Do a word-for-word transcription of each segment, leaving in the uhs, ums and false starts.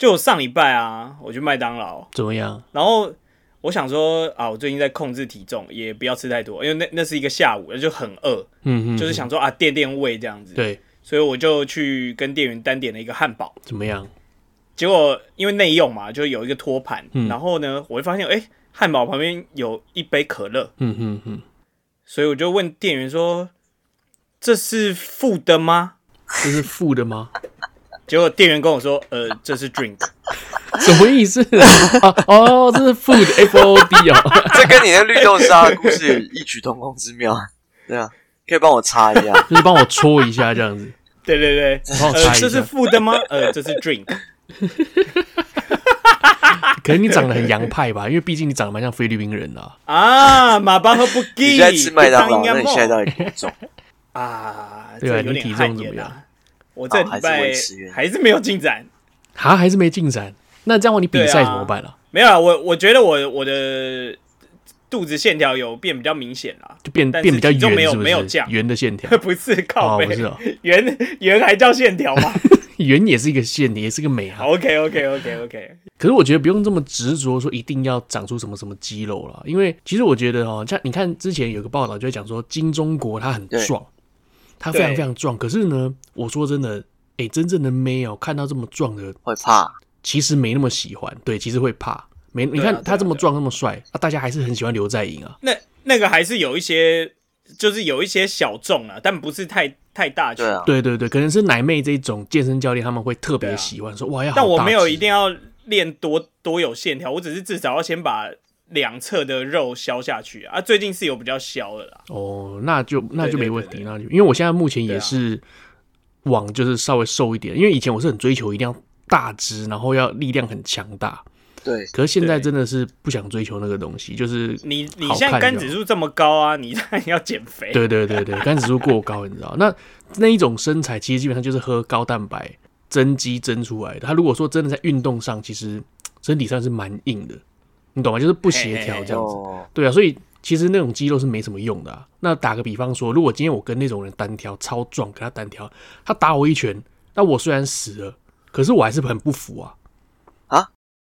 就我上礼拜啊，我去麦当劳， 怎么样？ 然后我想说啊，我最近在控制体重，也不要吃太多，因为那那是一个下午，就很饿， 嗯嗯， 就是想说啊垫垫胃这样子。 对， 所以我就去跟店员单点了一个汉堡。 怎么样？ 结果因为内用嘛，就有一个托盘， 嗯、 然后呢，我会发现，哎、欸，汉堡旁边有一杯可乐， 嗯嗯嗯， 所以我就问店员说：“这是副的吗？” 这是副的吗？ 结果店员跟我说：“呃，这是 drink。” 什么意思？啊、哦，这是 food，F O D 哦。 这跟你的绿豆沙的故事有异曲同工之妙。对啊，可以帮我擦一下， 就是帮我戳一下这样子。 对对对， 帮我擦一下。 呃，这是副的吗？呃，这是 drink。 可能你长得很洋派吧，因为毕竟你长得蛮像菲律宾人的啊。 啊，马巴和布基。 你在吃麦当劳，那你现在到底多重啊？ 对啊， 有点你体重怎么样？ 我这礼拜还是没有进展， 啊，还是没进展。那这样你比赛怎么办了、啊？ 没有啊，我我觉得我我的肚子线条有变比较明显啦， 就变变比较圆，是不是？ 没有没有降圆的线条， 不是靠背， 哦、不是哦， 圆圆还叫线条吗？ 圆也是一个线，也是个美啊。 OK OK OK OK。 可是我觉得不用这么执着说一定要长出什么什么肌肉啦，因为其实我觉得哦，像你看之前有个报道就会讲说金钟国他很壮，他非常非常壮，可是呢，我说真的，哎、欸，真正的妹哦，看到这么壮的会怕。 其实没那么喜欢，对，其实会怕。没，你看他这么壮那么帅，啊，大家还是很喜欢刘在寅啊。 那那个还是有一些，就是有一些小众啊，但不是太太大群。 对对对，可能是奶妹这种健身教练他们会特别喜欢说，哇，要好大只。 但我没有一定要练多多有线条，我只是至少要先把两侧的肉削下去啊。最近是有比较削的啦。 哦，那就那就没问题，那就因为我现在目前也是往就是稍微瘦一点，因为以前我是很追求一定要大只，然后要力量很强大。 对， 可是现在真的是不想追求那个东西，就是你你现在肝指数这么高啊，你当然要减肥。 对对对对，肝指数过高，你知道？那那一种身材其实基本上就是喝高蛋白增肌增出来的。他如果说真的在运动上，其实身体上是蛮硬的，你懂吗？就是不协调这样子。对啊，所以其实那种肌肉是没什么用的啊。那打个比方说，如果今天我跟那种人单挑超壮，跟他单挑，他打我一拳，那我虽然死了，可是我还是很不服啊。 啊？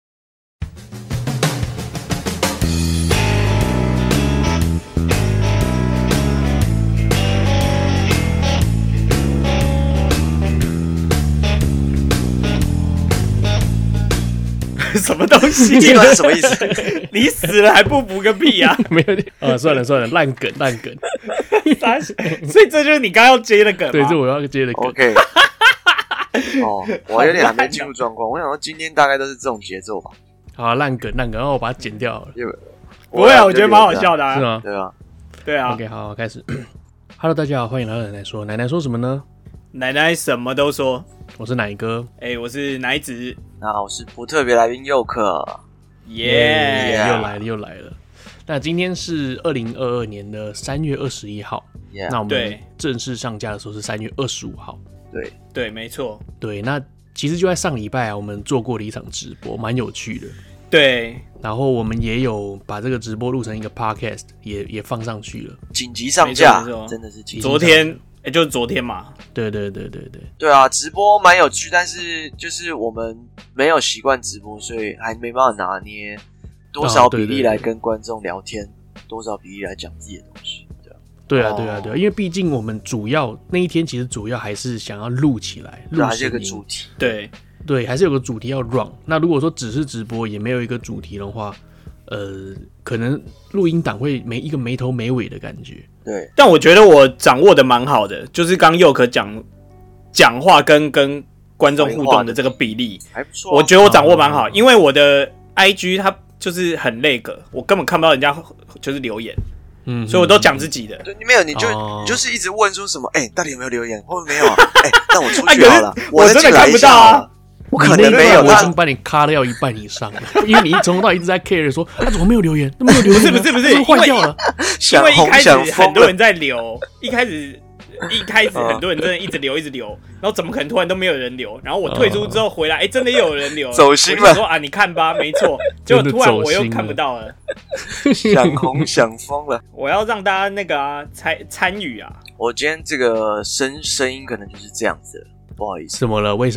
什么东西？ 这是什么意思？ 你死了还不服个屁啊！ 没有啊，算了算了，烂梗烂梗。 所以这就是你刚刚要接的梗吗？ 对，这我要接的梗。 OK。哦，我有点还没进入状况。我想说今天大概都是这种节奏吧。 好啊，烂梗烂梗，然后我把它剪掉了。 不会啊，我觉得蛮好笑的啊。 是吗？ 对啊， 对啊。 OK， 好，开始。Hello， 大家好，欢迎来到奶奶说。奶奶说什么呢？ 奶奶什么都说。 我是奶哥。 哎、欸，我是奶子。 那我是不特别来宾佑克。 耶、 yeah ，又来了又来了。那今天是二零二二年的三月二十一号。 Yeah. 那我们正式上架的时候是三月二十五号。 对对，没错。 对，那其实就在上礼拜啊，我们做过了一场直播，蛮有趣的。 对， 然后我们也有把这个直播录成一个 podcast， 也也放上去了， 紧急上架，真的是紧急。 昨天，哎、欸，就是昨天嘛。 对对对对对。 对啊，直播蛮有趣，但是就是我们没有习惯直播，所以还没办法拿捏多少比例来跟观众聊天，哦、對對對多少比例来讲自己的东西。 对啊，对啊，对啊，因为毕竟我们主要那一天其实主要还是想要录起来，录还是有个主题， 对对，还是有个主题要 run。那如果说只是直播，也没有一个主题的话，呃，可能录音档会没一个没头没尾的感觉。 对， 但我觉得我掌握的蛮好的，就是刚佑可讲讲话跟跟观众互动的这个比例还不错、啊， 我觉得我掌握蛮好，因为我的 I G 它就是很累个，我根本看不到人家就是留言。嗯，所以我都讲自己的。 对，没有，你就、哦、你就是一直问说什么？哎、欸，到底有没有留言？或者没有啊？哎、欸，那我出去好了， 啊、我真的看不到啊。 我可能没有， 我已经把你卡掉一半以上了，因为你从头到尾一直在 care 说，他、啊、怎么没有留言？那没有留言、啊， 不是不是不是， 坏掉了。 因为一开始很多人在留，一开始。一开始很多人真的一直留一直留，然后怎么可能突然都没有人留？然后我退出之后回来，哎、欸，真的又有人留了， 走心了。 我就说啊，你看吧，没错。结果突然我又看不到了， 想红想疯了。 我要让大家那个啊参参与啊。 我今天这个声声音可能就是这样子了，不好意思。 怎么了？为什么？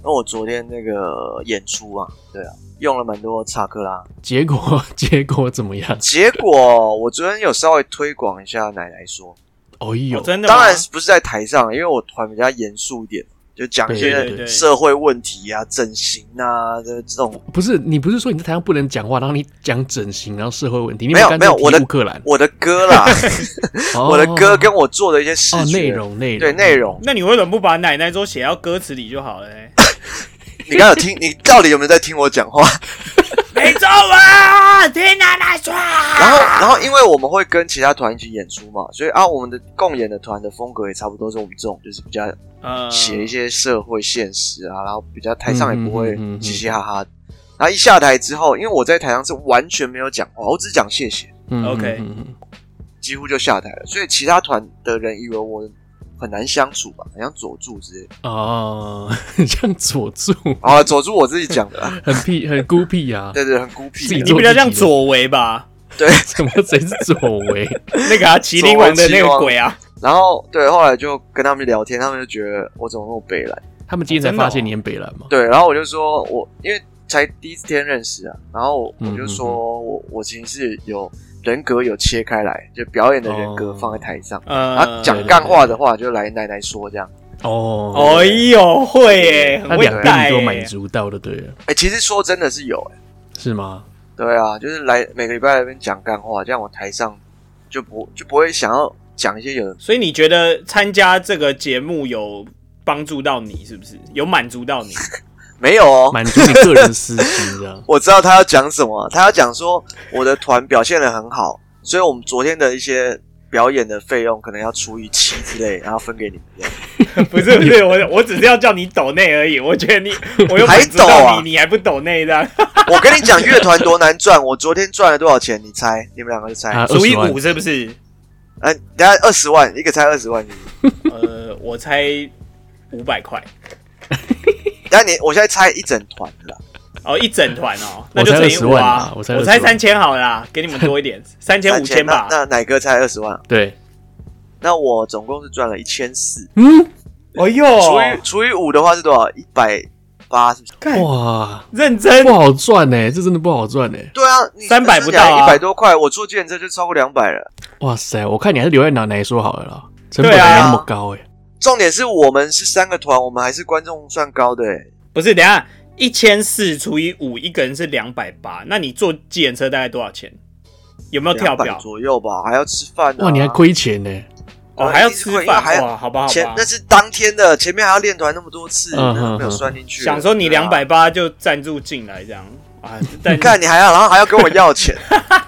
那我昨天那个演出啊，对啊，用了蛮多查克拉。 结果结果怎么样？ 结果我昨天有稍微推广一下奶奶说。 哦呦， 哦真的吗？ 当然不是在台上，因为我团比较严肃一点，就讲一些社会问题啊、整形啊的这种。 不是你不是说你在台上不能讲话，然后你讲整形，然后社会问题？你没有没有，我的乌克兰， 我的歌啦，我的歌跟我做的一些事情内容内容对内容。 那你为什么不把奶奶说写到歌词里就好了呢？ 你刚有听？你到底有没有在听我讲话？ 没错啊，听奶奶说。 然后，然后，因为我们会跟其他团一起演出嘛，所以啊，我们的共演的团的风格也差不多是我们这种，就是比较写一些社会现实啊，然后比较台上也不会嘻嘻哈哈的。然后一下台之后，因为我在台上是完全没有讲话，我只讲谢谢 ，OK， 几乎就下台了，所以其他团的人以为我很难相处吧，很像佐助之类的。 哦，很像佐助。 啊，佐助我自己讲的啦， 很屁，很孤僻啊。 对对，很孤僻。 你比较像佐为吧？ 对， 什么谁是佐为？ 那个啊，麒麟王的那个鬼啊。 然后对，后来就跟他们聊天，他们就觉得我怎么那么北蓝。 他们今天才发现你很北蓝嘛？ 对，然后我就说我因为才第一天认识啊，然后我就说、嗯、我我其实是有。人格有切开来，就表演的人格放在台上，哦、然后讲干话的话就来奶奶说这样。 哦， 哎呦，会耶，很会带耶， 那两边都满足到的，对了。 哎、欸，其实说真的是有，哎， 是吗？ 对啊，就是来每个礼拜来那边讲干话，这样我台上就不就不会想要讲一些有。 所以你觉得参加这个节目有帮助到你，是不是？有满足到你？ 没有哦， 满足你个人私心这样。 我知道他要讲什么，他要讲说我的团表现得很好，所以我们昨天的一些表演的费用可能要除以七之类，然后分给你们。 不是不是，我我只是要叫你抖内而已。我觉得你我又满足到你，啊、你还不抖内的。 我跟你讲，乐团多难赚，我昨天赚了多少钱？你猜？你们两个就猜。 除以五是不是？ 呃，等一下二十万，一个猜二十万是不是。呃，我猜五百块。 但你我现在猜一整团的啦。 哦，一整团哦，那就乘以五啊。我猜我猜三千好了啦，给你们多一点，三千五千吧。 那奶哥猜二十万， 对。 那我总共是赚了一千四。 嗯， 哎呦， 除以除以五的话是多少？一百八是不是？ 哇， 认真不好赚呢、欸，这真的不好赚呢、欸。 对啊， 三百不到啊， 一百多块，我坐计程车就超过两百了。 哇塞，我看你还是留在奶奶说好了啦，成本还没那么高哎、欸。 重点是我们是三个团，我们还是观众算高的哎、欸。 不是，等一下一千四除以五，一个人是两百八。那你坐计程车大概多少钱？有没有跳表左右吧？还要吃饭、啊。 哇，你还亏钱呢、欸！ 哦，还要吃饭，还哇，好吧，好吧。 前那是当天的，前面还要练团那么多次，嗯、没有算进去。 想说你两百八就赞助进来这样啊？ 你看你还要，然后还要跟我要钱。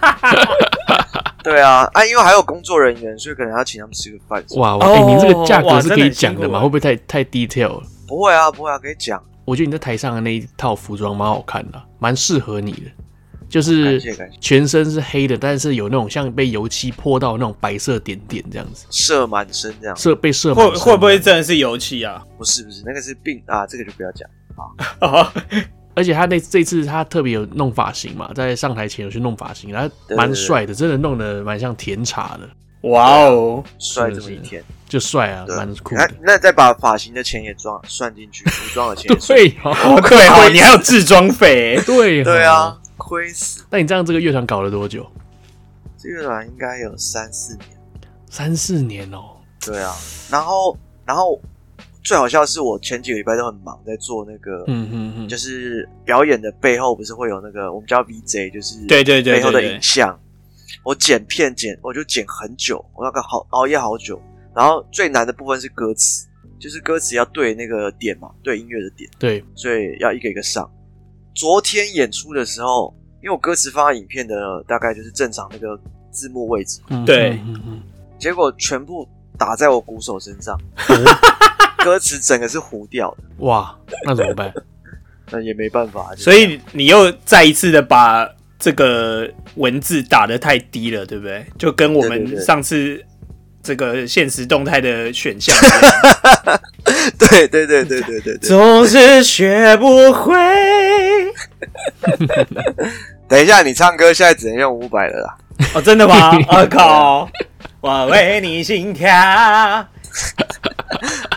对啊，啊，因为还有工作人员，所以可能要请他们吃个饭。 哇，哎、欸，你这个价格是可以讲的吗？会不会太太 detail 了？ 不会啊，不会啊，可以讲。 我觉得你在台上的那一套服装蛮好看的，蛮适合你的，就是全身是黑的，但是有那种像被油漆泼到那种白色点点这样子， 射满身这样， 射被射满身。 会会不会真的是油漆啊？ 不是不是，那个是病啊，这个就不要讲啊。而且他那这次他特别有弄发型嘛，在上台前有去弄发型，然后蛮帅的，真的弄得蛮像甜茶的。 哇哦， 帅这么一天就帅啊，蛮酷的。 那那再把发型的钱也装算进去，服装的钱也对哦，对哦，你还有制装费， 对对啊，亏死。 那你这样这个乐团搞了多久？ 这个乐团应该有三四年， 三四年哦。 对啊，然后然后最好笑的是我前几个礼拜都很忙，在做那个，嗯嗯嗯，就是表演的背后不是会有那个我们叫 V J， 就是对对对背后的影像。我剪片剪，我就剪很久，我要个好熬夜好久。然后最难的部分是歌词，就是歌词要对那个点嘛，对音乐的点。 对， 所以要一个一个上。昨天演出的时候，因为我歌词放在影片的大概就是正常那个字幕位置， 嗯、对、 嗯嗯， 结果全部打在我鼓手身上，歌词整个是糊掉的。 哇，那怎么办？ 那也没办法。 所以你又再一次的把这个文字打得太低了，对不对？就跟我们上次这个限时动态的选项对对对对对对对， 总是学不会。 等一下，你唱歌现在只能用五百了啦。 哦，真的吗？我、哦、靠！我为你心跳。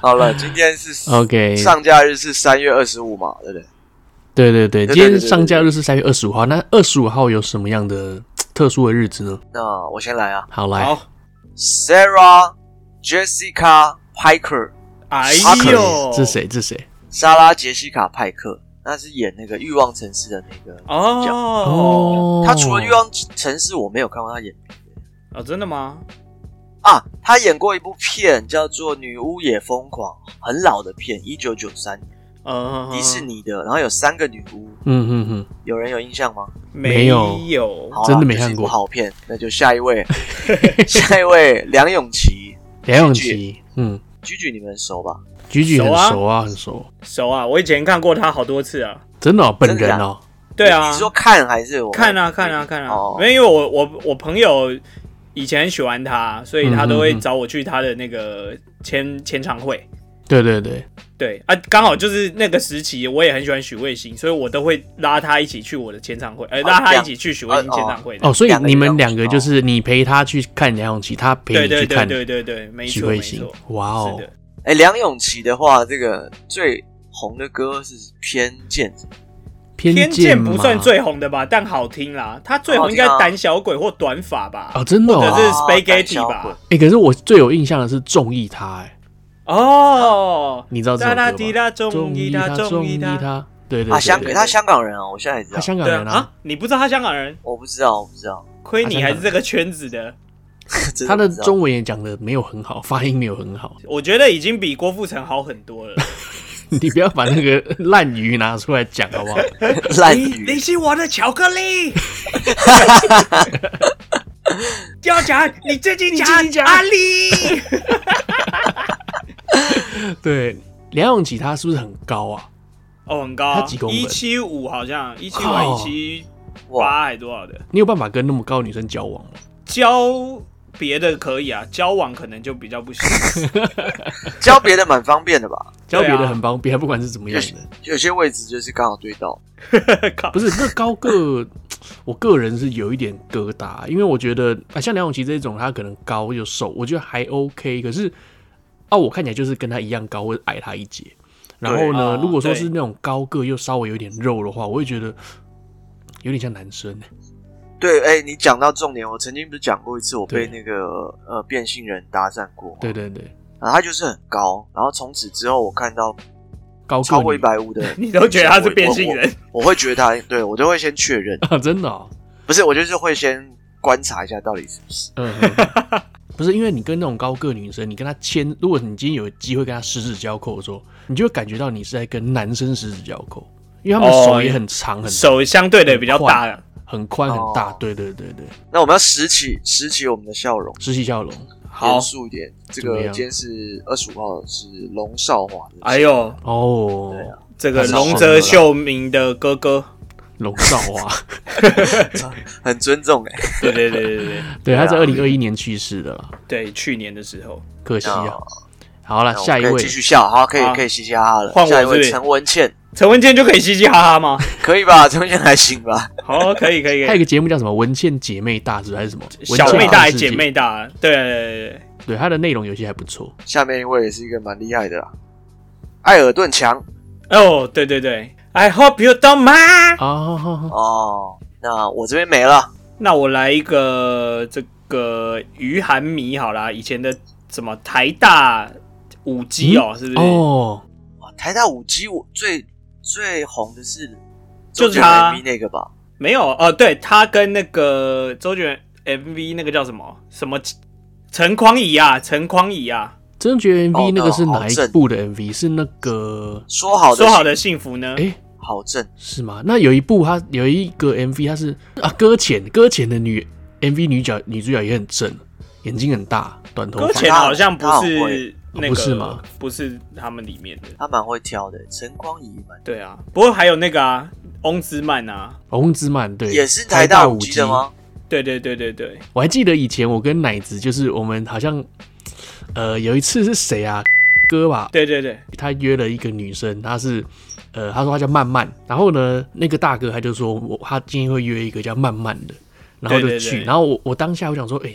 好了，今天是 OK 上架日是三月二十五嘛，对不对？ 对对对，今天上架日是三月二十五号。那二十五号有什么样的特殊的日子呢？ 那我先来啊。 好来。好 ，Sarah Jessica Parker。 哎呦， 这谁？这谁？ 莎拉·杰西卡·派克，那是演那个《欲望城市》的那个哦。 他除了《欲望城市》，我没有看过他演别的。 哦，真的吗？ 啊，他演过一部片叫做《女巫也疯狂》，很老的片，一九九三年， 呃， 迪士尼的，然后有三个女巫。 嗯哼哼， 有人有印象吗？ 没有，真的没看过。 好片，那就下一位，下一位梁咏琪。 梁咏琪，嗯。 居居你们熟吧？ 居居很熟啊，很熟。 熟啊，我以前看过他好多次啊。 真的哦，本人哦。 对啊。 你说看还是我看啊看啊看啊？哦、因为我我我朋友以前很喜欢他，所以他都会找我去他的那个签签唱会。 对对对对啊，刚好就是那个时期，我也很喜欢许魏星，所以我都会拉他一起去我的签唱会，呃，拉他一起去许魏星签唱会。 哦，所以你们两个就是你陪他去看梁咏琪，他陪你去看对对对对对，许魏星。 哇哦！ 哎，梁咏琪的话，这个最红的歌是《偏见》。 偏见不算最红的吧，但好听啦。他最红应该胆小鬼或短发吧？ 哦，真的、哦， 或者是 Spaghetti 吧？ 哎、欸，可是我最有印象的是中意他、欸，哎。 哦， 你知道这首歌吗？ 中意他，中意他， 他，对 对, 对, 对，啊，香他香港人啊，我现在也知道， 他香港人 啊, 啊，你不知道他香港人？ 我不知道，我不知道， 亏你还是这个圈子的。 他的中文也讲的没有很好，发音没有很好， 我觉得已经比郭富城好很多了。 你不要把那个烂鱼拿出来讲好不好？ 烂鱼， 你是我的巧克力。要讲你自己讲，阿里。 对，梁咏琪她是不是很高啊？ 哦，很高， 她几公分？ 一七五好像，一七五、一七八还多少的？ 你有办法跟那么高的女生交往吗？ 交别的可以啊，交往可能就比较不行。 交别的蛮方便的吧？ 交别的很方便，不管是怎么样的， 有些位置就是刚好对到。 不是那高个，我个人是有一点疙瘩，因为我觉得啊，像梁咏琪这种，她可能高又瘦，我觉得还 OK。可是啊，我看起来就是跟她一样高，或者矮她一截。然后呢，如果说是那种高个又稍微有点肉的话，我会觉得有点像男生、欸。 对，哎、欸，你讲到重点，我曾经不是讲过一次，我被那个呃变性人搭讪过。 对对对， 然后他就是很高，然后从此之后我看到高超过一百五的， 你都觉得他是变性人， 我, 我, 我会觉得他，对我都会先确认啊，真的、哦， 不是，我就是会先观察一下到底是不是。 嗯，不是因为你跟那种高个女生，你跟她牵，如果你今天有机会跟她十指交扣的时候，你就会感觉到你是在跟男生十指交扣，因为他们手也很长，很、哦、 手相对的比较大。 很宽很大、哦，对对对对。 那我们要拾起拾起我们的笑容， 拾起笑容， 好，严肃一点。这个今天是二十五号，是龙少华的。 哎呦哦， 对啊， 这个龙泽秀明的哥哥龙少华， 很尊重哎、 欸。对对对对对， 对，他在二零二一年去世的了。 对，去年的时候， 可惜啊。好了，下一位继续笑，好，可以可以嘻嘻哈哈了。 换下一位陈文茜。 陈文茜就可以嘻嘻哈哈吗？ 可以吧，陈文茜还行吧。 好，可以可以。 还有一个节目叫什么？文茜姐妹大是还是什么？ 小妹大还是姐妹大？对对对对， 对，它的内容有些还不错。 下面一位也是一个蛮厉害的啦，艾尔顿强。 哦，对对对 ，I hope you don't mind。 哦哦，那我这边没了。 那我来一个这个于涵迷好啦，以前的什么台大五 G 哦，嗯、是不是？ 哦， 台大五 G 我最。最红的是就是他 M V 那个吧？ 没有哦，对他跟那个周杰伦 M V 那个叫什么什么陈匡怡啊，陈匡怡啊， 周杰伦 M V 那个是哪一部的 M V？、哦、是那个说好的说好的幸福呢？ 哎， 郝正是吗？那有一部他有一个 M V， 他是啊搁浅搁浅的女 M V 女角女主角也很正，眼睛很大，短头发。 搁浅好像不是。那个、 不是吗？ 不是他们里面的， 他蛮会挑的。陈匡怡蛮对啊，不过还有那个啊，翁兹曼啊， 翁兹曼对， 也是台大五 G 的吗？ 对对对对对， 我还记得以前我跟奶子就是我们好像呃有一次是谁啊哥吧？ 对对对， 他约了一个女生，他是呃他说他叫曼曼，然后呢那个大哥他就说我他今天会约一个叫曼曼的，然后就去，对对对，然后我我当下我想说哎。欸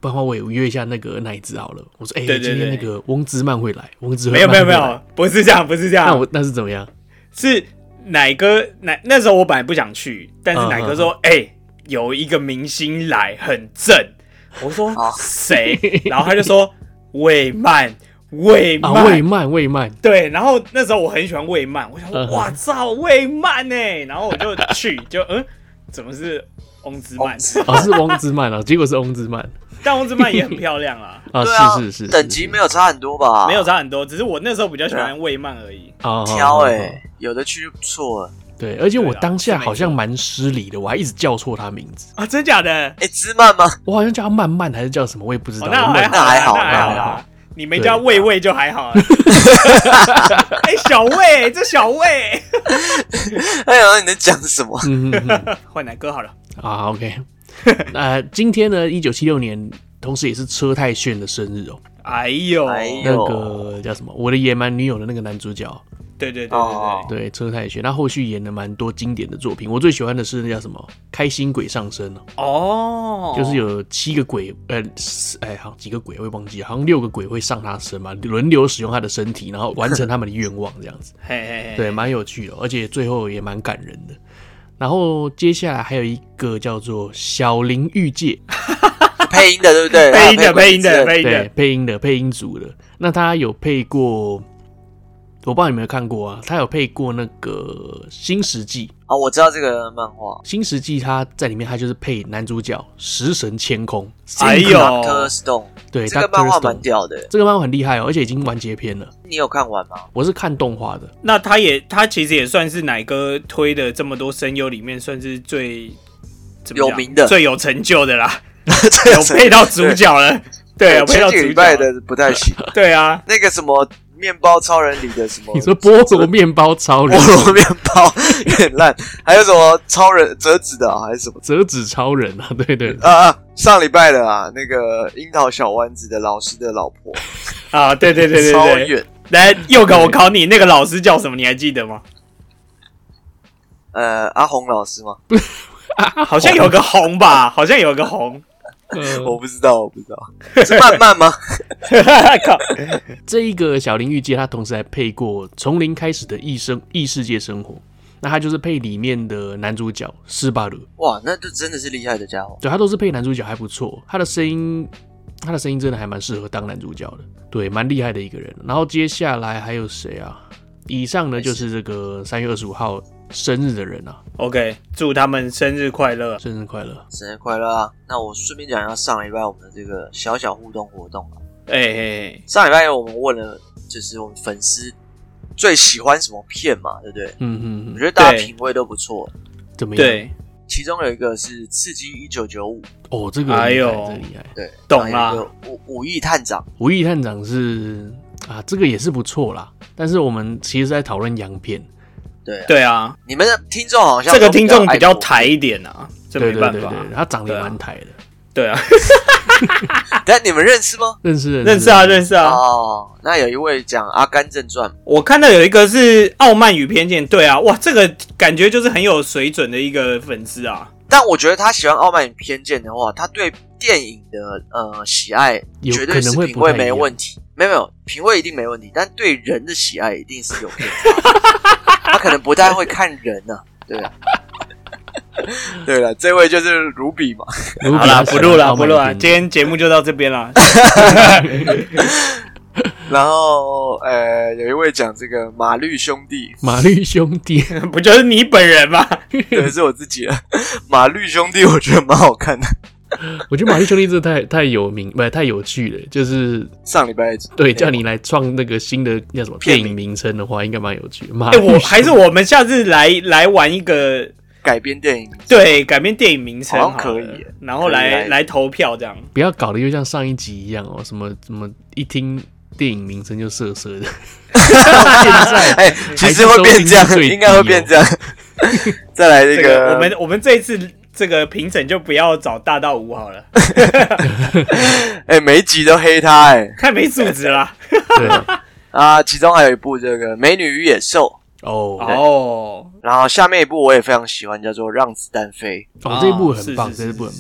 不然的话我也约一下那个奶子好了。我说，哎、欸，今天那个翁之曼会来，翁之没有没有没有，不是这样，不是这样。 那我那是怎么样？ 是奶哥奶那时候我本来不想去，但是奶哥说，哎、嗯欸，有一个明星来，很正。我说谁？然后他就说魏曼。魏曼， 啊、魏曼，魏曼， 对，然后那时候我很喜欢魏曼，我想说，哇操，魏曼哎，然后我就去，就嗯，怎么是翁之曼？ 哦，是翁之曼啊，结果是翁之曼， 但翁之曼也很漂亮啊， 啊， 对啊是是是， 等级没有差很多吧？ 没有差很多，只是我那时候比较喜欢魏曼而已。 啊， 挑哎、欸，有的去就不错了。 对，而且我当下好像蛮失礼的，我还一直叫错他名字啊，真假的？ 哎、欸，之曼吗？ 我好像叫他曼曼还是叫什么，我也不知道。 哦、那还好， 那还好， 那还好啦。你没叫魏魏就还好了。哎、欸，小魏，这小魏。 哎呀，你在讲什么？ 换奶哥好了。 啊 ，OK。呃，今天呢，一九七六年，同时也是车太铉的生日哦。 哎呦， 那个叫什么？我的野蛮女友的那个男主角。 对对对对对，哦、 对车太铉，他后续演了蛮多经典的作品。我最喜欢的是那叫什么《开心鬼上身》 哦， 就是有七个鬼，呃，哎，好几个鬼我也忘记了，好像六个鬼会上他身嘛，轮流使用他的身体，然后完成他们的愿望，这样子。 嘿嘿嘿， 对，蛮有趣的，而且最后也蛮感人的。然后接下来还有一个叫做小林玉介， 配音的对不对？ 配音的，配音的，配音的， 配音的，配音组的。那他有配过。我不知道你有没有看过啊？他有配过那个《新石纪》 啊，我知道这个漫画。 《新石纪》他在里面，他就是配男主角食神千空。 哎呦 ，Doctor Stone， 对， 这个漫画蛮屌的。 这个漫画很厉害哦，而且已经完结篇了。 你有看完吗？ 我是看动画的。 那他也，他其实也算是奶哥推的这么多声优里面，算是最有名的、 最有成就的啦。有配到主角了，对，有配到主角。 礼拜的不太行。 对啊， 那个什么。面包超人里的什么？ 你说菠萝面包超人？ 菠萝面包有点烂，还有什么超人折纸的、啊、还是什么折纸超人啊？对对啊啊！上礼拜的啊，那个樱桃小丸子的老师的老婆啊，对对对对对， 超远。 来，佑哥，我考你，那个老师叫什么？你还记得吗？ 呃，阿红老师吗？ 好像有个红吧，好像有个红。 我不知道，我不知道，是慢慢吗？ 靠！这一个小林玉介，他同时还配过《从零开始的异生异世界生活》，那他就是配里面的男主角斯巴鲁。 哇，那就真的是厉害的家伙。 对，他都是配男主角，还不错。他的声音，他的声音真的还蛮适合当男主角的，对，蛮厉害的一个人。然后接下来还有谁啊？以上呢就是这个三月二十五号生日的人啊。 OK， 祝他们生日快乐， 生日快乐， 生日快乐啊！那我顺便讲一下上礼拜我们的这个小小互动活动啊。 哎、欸欸， 上礼拜我们问了，就是我们粉丝最喜欢什么片嘛，对不对？ 嗯嗯嗯。 我觉得大家品味都不错。 怎么样？ 对， 其中有一个是《刺激一九九五》。 哦，这个厉害，哎、这个厉害。 对， 懂啦。 武武义探长， 武义探长是啊，这个也是不错啦。但是我们其实在讨论洋片。 对啊， 对啊， 你们的听众好像这个听众比较台一点啊，这没办法， 对对对对，他长得也蛮台的。 对啊， 但你们认识吗？ 认识认识啊认识啊。 哦，那有一位讲《阿甘正传》， 我看到有一个是《傲慢与偏见》，对啊，哇，这个感觉就是很有水准的一个粉丝啊。 但我觉得他喜欢《傲慢与偏见》的话，他对电影的呃喜爱绝对是品味没问题，没有没有品味一定没问题，但对人的喜爱一定是有偏差。他可能不太会看人啊，对啊。对了，这位就是卢比嘛。 好啦，不录了，不录了，今天节目就到这边了。 然后，呃，有一位讲这个马律兄弟， 马律兄弟不就是你本人吗？ 对，是我自己了。马律兄弟，我觉得蛮好看的。 我觉得马律兄弟这太太有名，不太有趣了。就是上礼拜对叫你来创那个新的叫什么电影名称的话，应该蛮有趣的。 哎、欸，我还是我们下次来来玩一个改编电影名称， 对，改编电影名称好像可以， 然后来来投票这样， 不要搞得又像上一集一样哦，什么什么一听电影名称就色色的。现在哎、欸，其实会变这样，应该会变这样。再来这个， 这个、我们我们这一次。这个评审就不要找大道五好了。 哎、欸，每一集都黑他、欸，哎， 太没素质了。 对啊，其中还有一部这个《美女与野兽》 哦哦， 然后下面一部我也非常喜欢，叫做《让子弹飞》。 哦，这一部很棒，这一部很棒。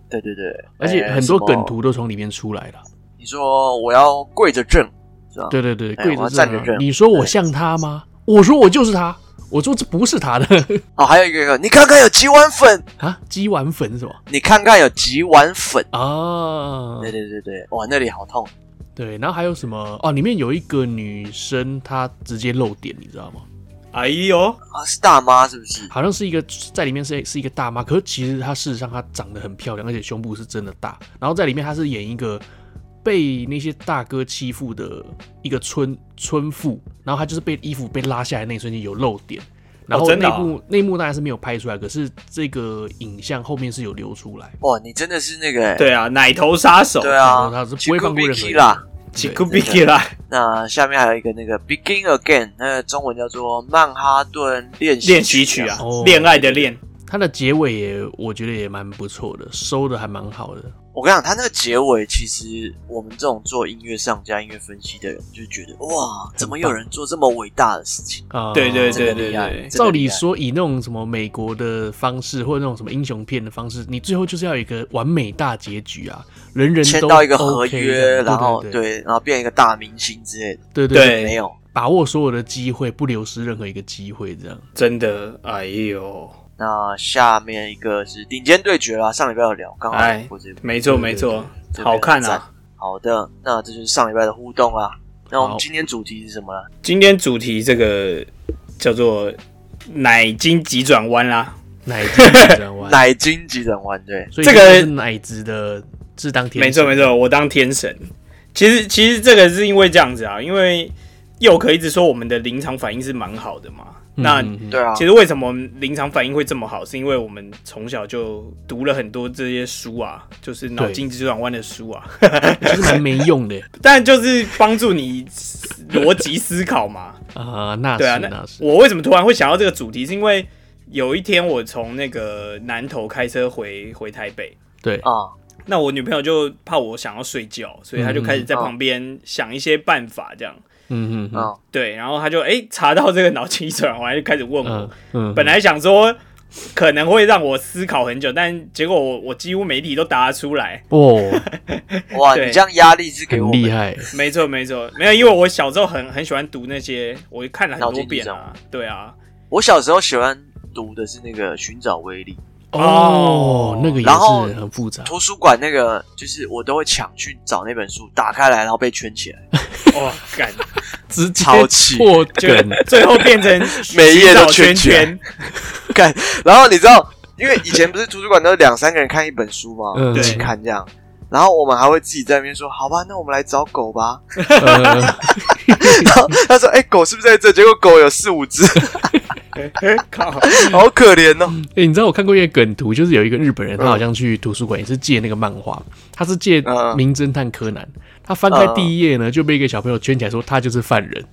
对对对， 而且很多梗图都从里面出来了。 你说我要跪着正，是吧？ 对对对，跪着正、啊、站着正。 你说我像他吗？我说我就是他。我说这不是他的。 哦，还有一个，你看看有几碗粉啊？几碗粉是吧？ 你看看有几碗粉啊？对对对对，哇，那里好痛。 对，然后还有什么？哦，里面有一个女生，她直接露点，你知道吗？ 哎呦， 啊，是大妈是不是？ 好像是一个在里面是是一个大妈，可是其实她事实上她长得很漂亮，而且胸部是真的大。然后在里面她是演一个被那些大哥欺负的一个村村妇，然后她就是被衣服被拉下来那一瞬间有露点，然后内幕、哦、内幕当然是没有拍出来，可是这个影像后面是有流出来。 哇，你真的是那个、欸、 对啊，奶头杀手， 对啊， 他是不会放过任何人啦。 起库比基啦， 那下面还有一个那个 Begin Again， 那个中文叫做曼哈顿练习练习曲啊，恋、哦、爱的恋。 它的结尾也我觉得也蛮不错的，收的还蛮好的。 我跟你讲，它那个结尾其实我们这种做音乐上加音乐分析的人就觉得哇，怎么有人做这么伟大的事情啊？ 对对对对对， 照理说以那种什么美国的方式或者那种什么英雄片的方式，你最后就是要有一个完美大结局啊，人人都、OK、 签到一个合约，然后对, 对, 对，然后变一个大明星之类的。 对对 对, 对， 没有把握所有的机会，不流失任何一个机会，这样真的，哎呦。 那下面一个是顶尖对决啦，上礼拜有聊，刚好聊过这部， 没错没错，好看啊。 好的，那这就是上礼拜的互动啦。那我们今天主题是什么呢？ 今天主题这个叫做奶精急转弯啦， 奶精急转弯， 奶精急转弯，对， 所以这个是奶子的是当天神， 没错没错，我当天神。其实其实这个是因为这样子啊，因为佑可一直说我们的临场反应是蛮好的嘛。那对啊， 其实为什么我们临场反应会这么好，是因为我们从小就读了很多这些书啊，就是脑筋急转弯的书啊， 就是蛮没用的， 但就是帮助你逻辑思考嘛。 啊，那是对啊， 那那我为什么突然会想到这个主题，是因为有一天我从那个南投开车回回台北， 对啊， 那我女朋友就怕我想要睡觉，所以她就开始在旁边想一些办法，这样。 嗯嗯嗯， 对，然后他就哎、欸、查到这个脑筋急转弯，就开始问我。 嗯嗯、 本来想说可能会让我思考很久，但结果我我几乎每题都答得出来。 哦， 哇，你这样压力是给我很厉害。 没错没错，没有，因为我小时候很很喜欢读那些，我看了很多遍啊。对啊， 我小时候喜欢读的是那个《寻找威力》。 哦，那个也是很复杂。 图书馆那个就是我都会抢去找那本书，打开来然后被圈起来。 哇，干， 直接超气破梗， 最后变成每一页都圈圈。 干，然后你知道，因为以前不是图书馆都是两三个人看一本书吗？ 嗯、 一起看这样。然后我们还会自己在那边说：“好吧，那我们来找狗吧。 呃” 然后他说：“哎、欸，狗是不是在这？”结果狗有四五只。 靠， 好可怜哦！ 哎、欸，你知道我看过一个梗图，就是有一个日本人，他好像去图书馆也是借那个漫画，他是借《名侦探柯南》，他翻开第一页呢，就被一个小朋友圈起来说他就是犯人，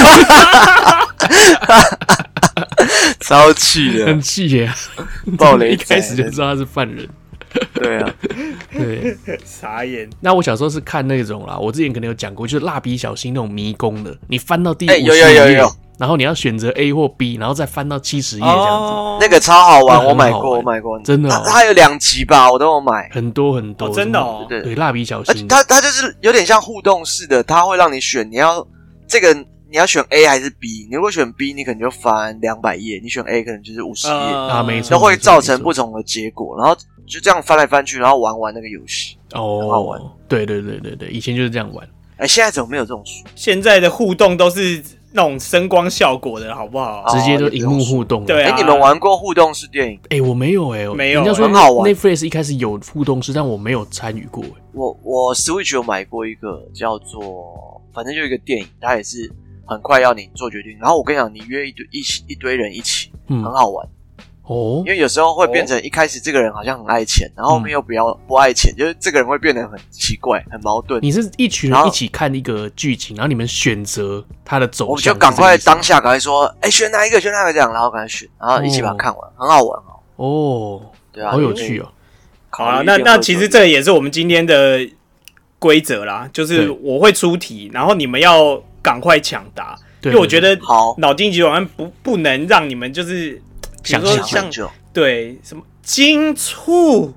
超气的， 很气耶！ 暴雷一开始就知道他是犯人。 对啊， 对， 傻眼。 那我小时候是看那种啦，我之前可能有讲过，就是蜡笔小新那种迷宫的，你翻到第五十页。 欸，有有有有。 然后你要选择 A 或 B， 然后再翻到七十页这样子， 哦， 那个超好玩，我买过，我买过， 真的，哦， 它有两集吧，我都有买， 很多很多， 哦，真的哦， 对对，蜡笔小新， 它它就是有点像互动式的，它会让你选，你要这个你要选 A 还是 B， 你如果选 B， 你可能就翻两百页，你选 A 可能就是五十页啊，没错， 都会造成不同的结果，然后就这样翻来翻去，然后玩玩那个游戏， 哦， 很好玩， 对对对对对，以前就是这样玩， 哎，现在怎么没有这种书？ 现在的互动都是那种声光效果的好不好？ 直接就荧幕互动。 对啊， 哎，你们玩过互动式电影？ 哎，我没有哎， 没有。 人家说很好玩 Netflix 一开始有互动式，但我没有参与过。 我我 Switch 有买过一个叫做，反正就一个电影，它也是很快要你做决定。然后我跟你讲，你约一堆一起一堆人一起，嗯，很好玩。 哦， 因为有时候会变成一开始这个人好像很爱钱，然后后面又不要不爱钱，就是这个人会变得很奇怪、很矛盾。 你是一群人一起看一个剧情，然后你们选择他的走向， 我们就赶快当下赶快说，哎、欸，选哪一个，选哪个这样，然后赶快选，然后一起把它看完，哦、很好玩哦。 哦， 对啊， 好有趣哦。 好啊，那那其实这也是我们今天的规则啦，就是我会出题，然后你们要赶快抢答，因为我觉得脑筋急转弯不不能让你们就是。比如说像对什么金醋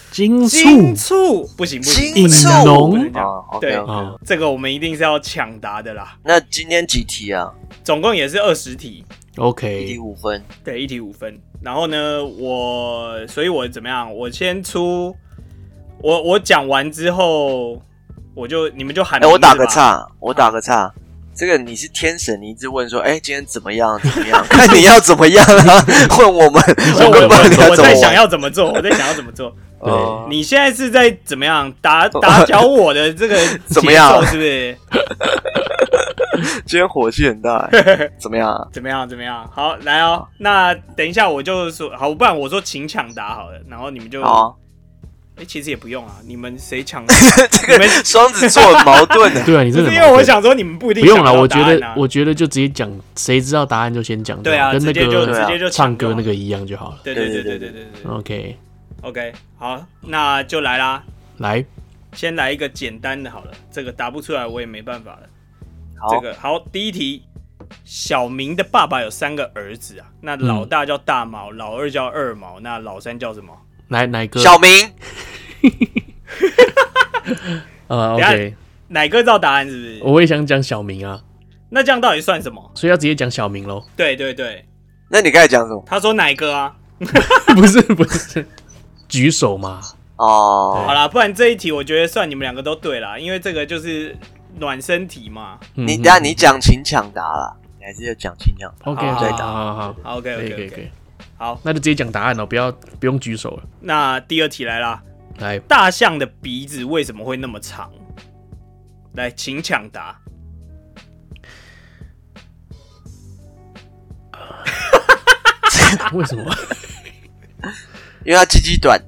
金醋， 金醋不行不行， 金醋浓， 对， 啊， 这个我们一定是要抢答的啦。 那今天几题啊？ 总共也是二十题 ，OK， 一题五分， 对，一题五分。然后呢，我，所以我怎么样？我先出，我我讲完之后，我就你们就喊。 哎、欸，我打个岔，我打个岔。这个你是天神，你一直问说，哎、欸，今天怎么样？怎么样？看你要怎么样啊？问我们， 我我我我在想要怎么做，我在想要怎么做。 对， 你现在是在怎么样打打搅我的这个怎么样？ 是不是？ 今天火气很大、欸，怎么样、啊？ 怎么样？怎么样？好，来哦。那等一下我就说，好，不然我说请抢答好了，然后你们就。 好、啊。 哎、欸，其实也不用啊，你们谁抢？ 这个双子座很矛盾的。 对啊，你真的。 因为我想说你们不一定、啊。 不用了，我觉得，我觉得就直接讲，谁知道答案就先讲。 对啊， 跟那个直接就唱歌那个一样就好了。 对对对对对对对。 OK OK， 好，那就来啦。 来， 先来一个简单的好了，这个答不出来我也没办法了。 好， 这个好，第一题，小明的爸爸有三个儿子啊，那老大叫大毛，嗯、老二叫二毛，那老三叫什么？ 哪哪个？ 小明。 呃 ，OK， 哪个知道答案是不是？ 我也想讲小明啊。 那这样到底算什么？ 所以要直接讲小明咯。 对对对。 那你刚才讲什么？ 他说哪个啊？ 不是不是，举手嘛。 哦， 好啦，不然这一题我觉得算你们两个都对啦，因为这个就是暖身题嘛。 嗯、 你等下你讲请抢答啦，你还是要讲请抢答。 OK， 再答。 好好好 ，OK OK OK OK， 好， 那就直接讲答案了，不要不用举手了。 那第二题来啦。 来， 大象的鼻子为什么会那么长？来，请抢答。 为什么？ 因为它鸡鸡短。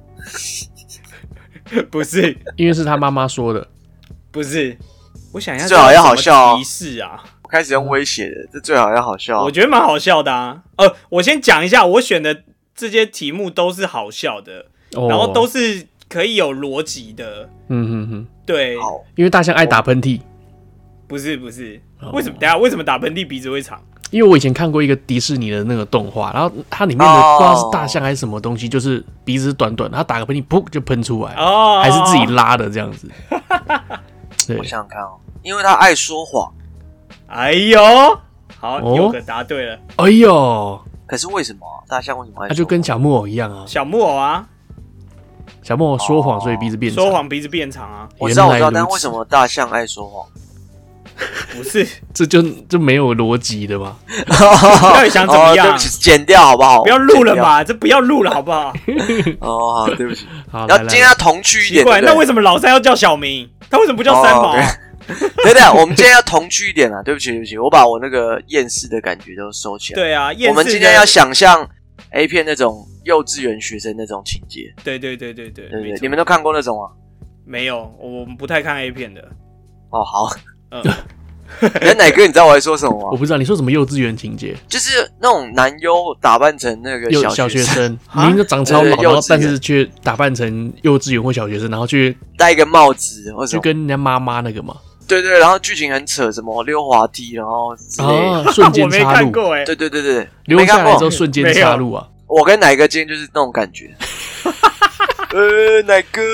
不是， 因为是他妈妈说的。 不是，我想一下， 最好要好笑哦。 提示啊， 我开始用威胁的，这最好要好笑、哦。 我觉得蛮好笑的啊。呃，我先讲一下，我选的这些题目都是好笑的，哦、然后都是。可以有逻辑的， 嗯哼哼， 对， 因为大象爱打喷嚏， 不是不是，为什么？等一下为什么打喷嚏鼻子会长？ 因为我以前看过一个迪士尼的那个动画，然后它里面的不知道是大象还是什么东西，就是鼻子短短，它打个喷嚏，噗就喷出来，哦，还是自己拉的这样子。对， 我想想看哦，因为他爱说谎。 哎呦，好，有个答对了。 哎呦， 可是为什么大象为什么爱说谎？ 它就跟小木偶一样啊， 小木偶啊。 小木偶说谎，所以鼻子变长。 说谎鼻子变长啊！ 我知道，我知道，但为什么大象爱说谎？ 不是， 这就就没有逻辑的嘛。 到底想怎么样？ 哦、对不起，剪掉好不好？ 不要录了嘛，这不要录了好不好？ 哦，好，对不起。 好， 要今天要童趣一点。 奇怪，那为什么老三要叫小明？他为什么不叫三毛？ 对对，我们今天要童趣一点啊！对不起，对不起，我把我那个厌世的感觉都收起来。 对啊， 我们今天要想象 A 片那种幼稚园学生那种情节。 对对对对对对对，你们都看过那种吗？ 没有，我们不太看 A 片的。 哦，好。 嗯。 那奶哥，你知道我在说什么吗？ 我不知道你说什么幼稚园情节， 就是那种男优打扮成那个小小学生，明明就长超老，然后但是却打扮成幼稚园或小学生，然后去戴一个帽子，或者就跟人家妈妈那个嘛。 对对，然后剧情很扯，什么溜滑梯，然后之类的， 啊，瞬间插入。 我没看过哎。 对对对对， 溜下来之后瞬间插入啊！ 我跟奶哥今天就是那种感觉。呃，奶哥。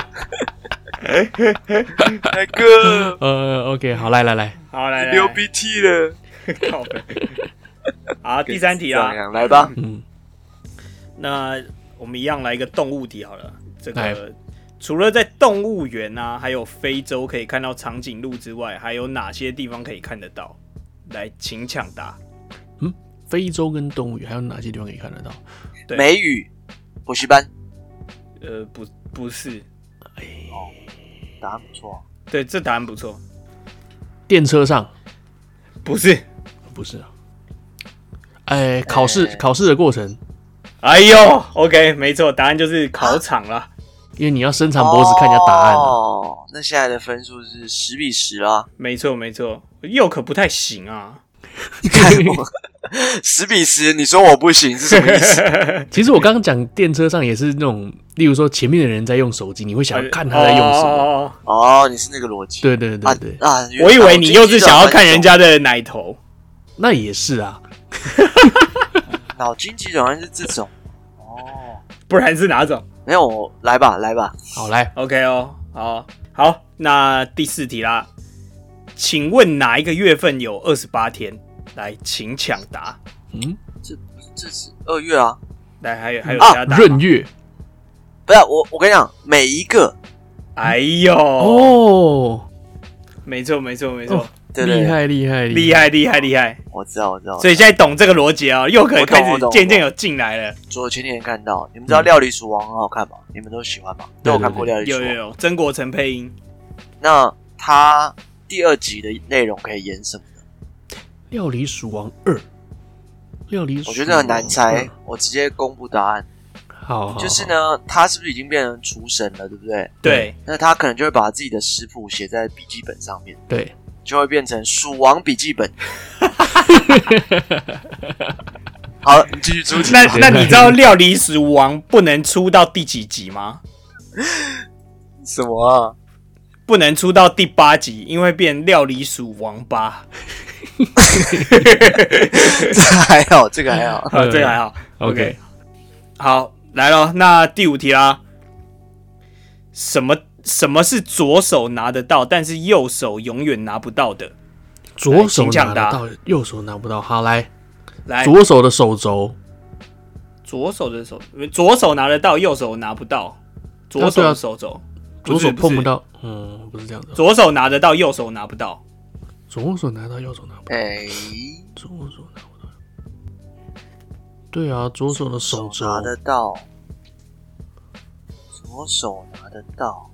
奶哥， 呃 ，OK， 好，来来来， 好来来， 流鼻涕了， 靠北。好，第三题啦， 来吧。 嗯， 那我们一样来一个动物题好了。这个除了在动物园啊，还有非洲可以看到长颈鹿之外，还有哪些地方可以看得到？来，请抢答。 嗯，非洲跟动物园还有哪些地方可以看得到？ 对， 美语补习班。 呃，不，不是。 哎。 答案不错， 对，这答案不错。 电车上， 不是， 不是啊。哎，考试、欸、考试的过程。 哎呦 ，OK， 没错，答案就是考场啦。 因为你要伸长脖子看人家答案、啊。 哦，那现在的分数是十比十啦。 没错，没错，又可不太行啊。 十比十，你说我不行是什么意思？ 其实我刚刚讲电车上也是那种，例如说前面的人在用手机，你会想要看他在用什么。 哦，哦你是那个逻辑。 对对对对。 啊，啊我以为你又是想要看人家的奶头。 那也是啊。 脑筋急转弯是这种。哦， 不然是哪种？ 没有，来吧，来吧。 好，来 ，OK 哦，好，好，那第四题啦，请问哪一个月份有二十八天？来，请抢答。 嗯， 这这是二月啊。 来，还有还有其他答、 啊？闰月。 不是我，我跟你讲，每一个。 哎呦， 哦， 没错，没错，没错。哦厉害厉害厉害厉害厉害！ 我知道我知道， 所以现在懂这个逻辑啊，又可以开始渐渐有进来了。 昨前天看到，你们知道《料理鼠王》很好看吗？你们都喜欢吗？都有看过《料理鼠王》？ 有有有，曾国成配音。 那他第二集的内容可以演什么呢？ 《料理鼠王二》，料理鼠王， 我觉得很难猜，我直接公布答案。 好， 就是呢，他是不是已经变成厨神了，对不对？ 对。 那他可能就会把自己的食谱写在笔记本上面。 对。 就会变成鼠王笔记本。好，你继续出题。 那那你知道料理鼠王不能出到第几集吗？ 什么啊？ 不能出到第八集，因为变料理鼠王八。 这还好，这个还好， 啊，这个还好。 OK， 好，来咯，那第五题啦。什么？什么是左手拿得到，但是右手永远拿不到的？ 左手拿得到，右手拿不到。好，来， 来， 左手的手肘， 左手的手，左手拿得到，右手拿不到。左手的手肘， 左手碰不到。嗯，不是这样的。 左手拿得到，右手拿不到。 左手拿到，右手拿不到。 哎， 左手拿不到。对啊，左手的手肘拿得到，左手拿得到。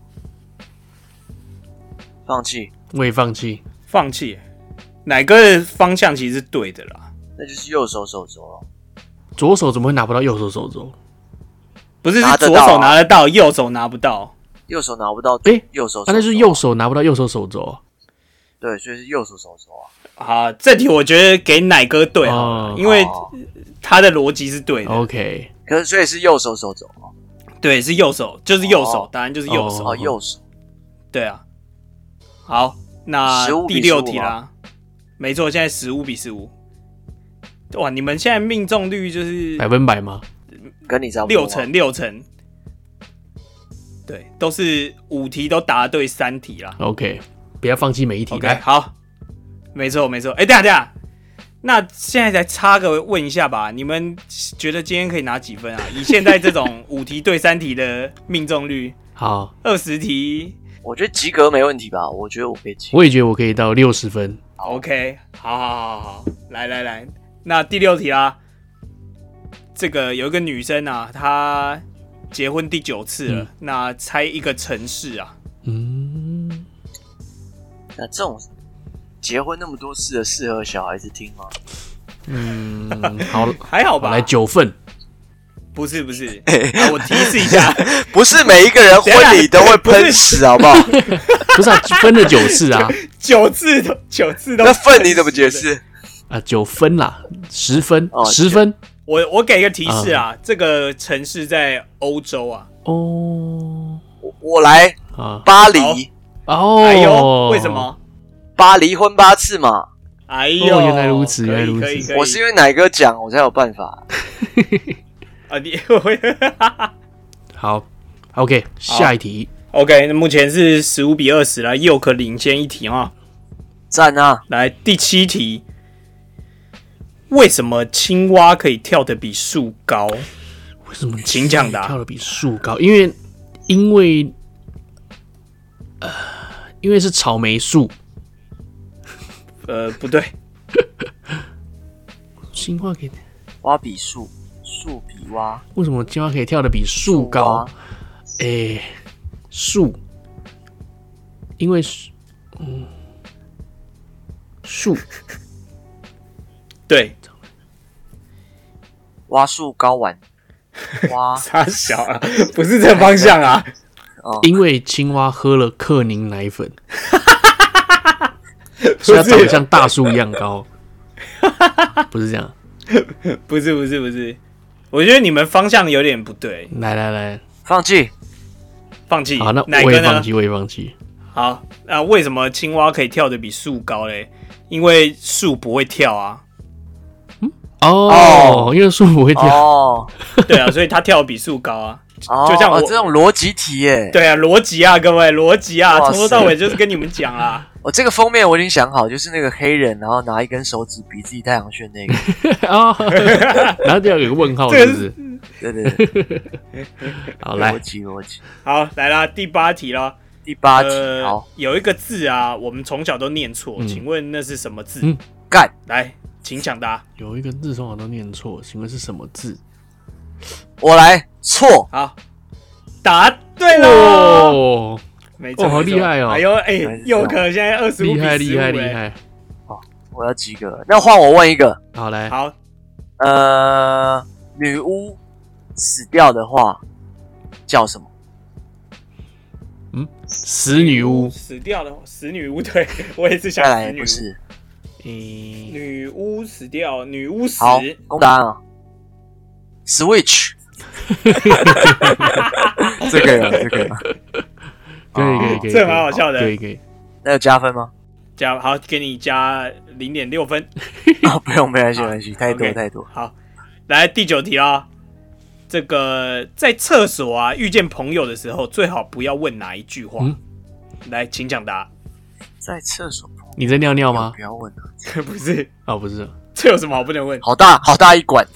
放弃， 我也放弃， 放弃。哪个方向其实是对的啦？ 那就是右手手肘了。 左手怎么会拿不到右手手肘？ 不是，是左手拿得到，右手拿不到。 右手拿不到， 哎， 右手， 那就是右手拿不到右手手肘。 对，所以是右手手肘啊。 好，这题我觉得给奶哥对啊，因为他的逻辑是对的。 OK， 可是所以是右手手肘啊。 对，是右手，就是右手，答案就是右手。 哦，右手。 对啊。好，那第六题啦，没错，现在十五比十五。哇，你们现在命中率就是百分百吗？ 跟你差不多， 六成六成。对，都是五题都答对三题啦。 OK， 不要放弃每一题。 OK， 好，没错没错。哎、欸，等一下等一下，那现在才插个问一下吧，你们觉得今天可以拿几分啊？以现在这种五题对三题的命中率， 好， 二十题。 我觉得及格没问题吧？我觉得我可以及格。 我也觉得我可以到六十分。 OK， 好好好好，来来来，那第六题啦。这个有一个女生啊，她结婚第九次了，嗯、那猜一个城市啊。 嗯， 那这种结婚那么多次的，适合小孩子听吗？ 嗯，好， 还好吧。 来九份。 不是不是、啊，我提示一下， 不是每一个人婚礼都会喷屎，好不好？ 不是啊，分了九次啊， 九次都九次都。 那份你怎么解释？ 啊，九分啦，十分，哦、十分。 我我给一个提示啊，嗯、这个城市在欧洲啊。 哦， 我我来啊，巴黎。 哦， 哎呦，为什么？ 巴黎婚八次嘛。 哎呦， 哦、原来如此，原来如此。 我是因为奶哥讲，我才有办法。 啊，你好 ，OK， 下一题 ，OK， 那目前是十五比二十了，佑可领先一题啊， 赞啊！ 来第七题，为什么青蛙可以跳得比树高？ 为什么请讲答？ 跳得比树高？因为因为呃，因为是草莓树。 呃，不对， 青蛙可以蛙比树。树比蛙， 为什么青蛙可以跳得比树高？哎，树，因为嗯，树， 对， 蛙树高玩，蛙傻小啊，不是这个方向啊。 因为青蛙喝了克宁奶粉，所以它长得像大树一样高。不是这样， 不是不是不是。我觉得你们方向有点不对。 来来来， 放弃， 放弃。 好，那我也放弃，我也放弃。 好，那为什么青蛙可以跳得比树高嘞？因为树不会跳啊。 嗯， 哦，因为树不会跳。 哦， 对啊，所以他跳得比树高啊。 哦， 就像我、 哦、这种逻辑题耶。 对啊，逻辑啊，各位逻辑啊，从头到尾就是跟你们讲啦。 我、哦、这个封面我已经想好，就是那个黑人，然后拿一根手指比自己太阳穴那个。 哦，然后这样有个问号，是不是？ 对对对。 好，来逻辑逻辑。 好，来啦，第八题咯。 第八题， 呃、 好， 有一个字啊，我们从小都念错、嗯，请问那是什么字？嗯， 干， 来，请抢答。 有一个字从小都念错，请问是什么字？ 我来，错。 好，答对了。 哦， 没错， 哦，好厉害哦！ 哎呦，哎，佑可现在二十五比十五， 厉害厉害厉害。 哦，我要几个？那换我问一个。 好来， 好， 呃，女巫死掉的话叫什么？ 嗯，死女巫死掉的死女巫，对我也是想死女巫。 不是， 嗯， 女巫死掉，女巫死。 好，公答案啊 ，Switch。这个有，这个有， 可以可以可以， 这蛮好笑的， 可以可以。 那有加分吗？ 加好，给你加零点六分。 哦，不用，没关系，没关系，太多 okay, 太多。 好，来第九题啦。这个在厕所啊遇见朋友的时候，最好不要问哪一句话。嗯、来，请讲答。 在厕所， 你在尿尿吗？ 不要问啊。 不是， 哦，不是， 这有什么好不能问？ 好大，好大一管。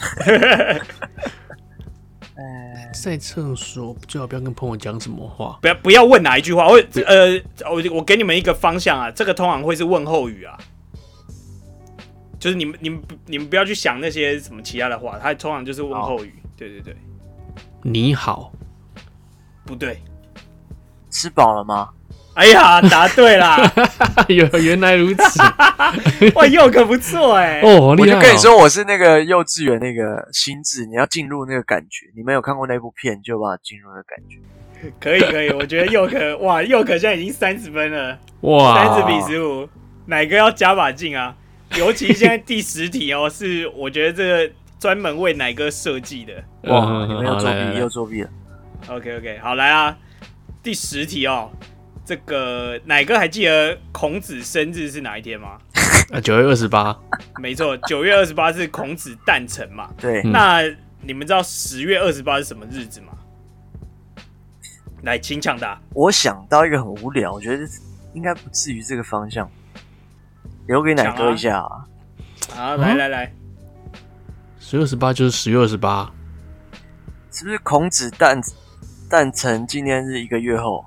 在厕所最好不要跟朋友讲什么话， 不要不要问哪一句话。我呃，我我给你们一个方向啊，这个通常会是问候语啊，就是你们你们你们不要去想那些什么其他的话，它通常就是问候语。对对对， 你好， 不对， 吃饱了吗？ 哎呀，答对啦！ 有原来如此， 哇，佑可不错哎、 欸！哦，好厉害、哦！ 我就跟你说，我是那个幼稚园那个心智，你要进入那个感觉。你们有看过那部片，就有办法进入那个感觉。 可以可以，我觉得佑可哇，佑可现在已经三十分了， 哇， 三十比十五，哪个要加把劲啊？尤其现在第十题哦，是我觉得这个专门为哪个设计的。 哇，你们又作弊又作弊了。 OK OK， 好来啊，第十题哦。这个哪个还记得孔子生日是哪一天吗？ 啊，九月二十八。 没错，九月二十八是孔子诞辰嘛。 对。 那你们知道十月二十八是什么日子吗？来，请抢答。 我想到一个很无聊，我觉得应该不至于这个方向，留给奶哥一下啊。 好，来来来， 十月二十八就是十月二十八， 是不是孔子诞诞辰纪念日一个月后？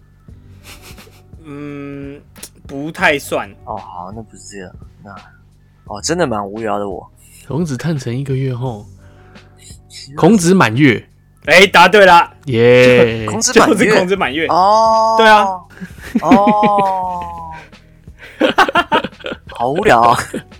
嗯，不太算哦。好，那不是这样。那哦，真的蛮无聊的我。 孔子诞辰一个月后，孔子满月。 哎、欸，答对了， 耶、 yeah ！孔子满月， 就是孔子满月。 哦， 对啊。 哦，好无聊啊！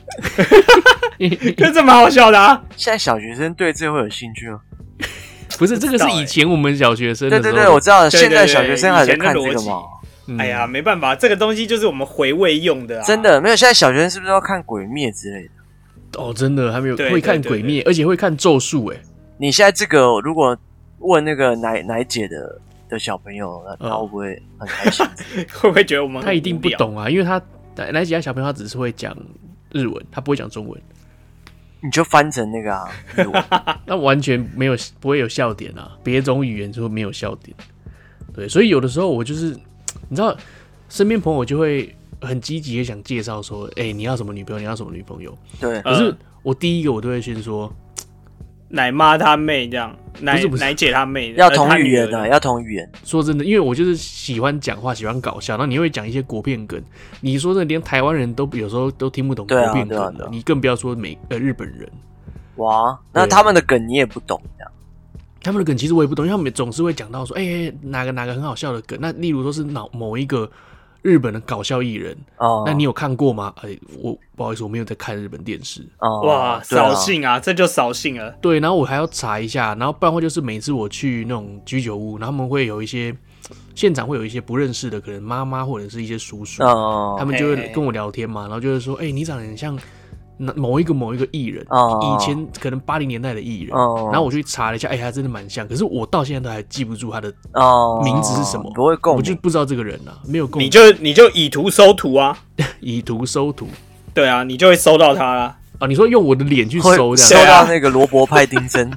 可这蛮好笑的啊。 现在小学生对这个会有兴趣吗？ 不是，这个是以前我们小学生的时候。 对对对，我知道。现在小学生还在看这个吗？ 哎呀，没办法，这个东西就是我们回味用的啊。 真的没有，现在小学生是不是要看《鬼灭》之类的？ 哦，真的还没有会看《鬼灭》，而且会看《咒术》哎。 你现在这个如果问那个奶奶姐的的小朋友，他会不会很开心？ 会不会觉得我们他一定不懂啊？因为他奶姐家小朋友他只是会讲日文，他不会讲中文。 你就翻成那个啊，日文那完全没有不会有笑点啊，别种语言就会没有笑点。对，所以有的时候我就是。你知道，身边朋友就会很积极的想介绍说，哎、欸，你要什么女朋友？你要什么女朋友？ 对。 可是我第一个我都会先说， 奶妈他妹这样，奶不是不是奶姐他妹， 要同语言的、啊，要同语言。 说真的，因为我就是喜欢讲话，喜欢搞笑，然后你会讲一些国片梗。你说真的，连台湾人都有时候都听不懂国片梗了、啊啊啊，你更不要说美呃日本人。 哇，那他们的梗你也不懂这样。 他们的梗其实我也不懂，因为他们总是会讲到说，哎、欸，哪个哪个很好笑的梗。那例如说是某某一个日本的搞笑艺人，哦，那你有看过吗？哎、欸，我不好意思，我没有在看日本电视。 哦，哇，扫兴啊，这就扫兴了。 对，然后我还要查一下，然后不然会就是每次我去那种居酒屋，然后他们会有一些现场会有一些不认识的，可能妈妈或者是一些叔叔，哦，他们就会跟我聊天嘛，然后就会说，哎、欸，你长得很像。某一个某一个艺人， oh. 以前可能八零年代的艺人， oh. 然后我去查了一下，哎、欸，他真的蛮像，可是我到现在都还记不住他的名字是什么， oh. 不会共鸣， 我就不知道这个人啊，没有共鸣。 你就你就以图搜图啊， 以图搜图， 对啊，你就会搜到他啦。 啊，你说用我的脸去收这样， 收到那个罗伯派丁森。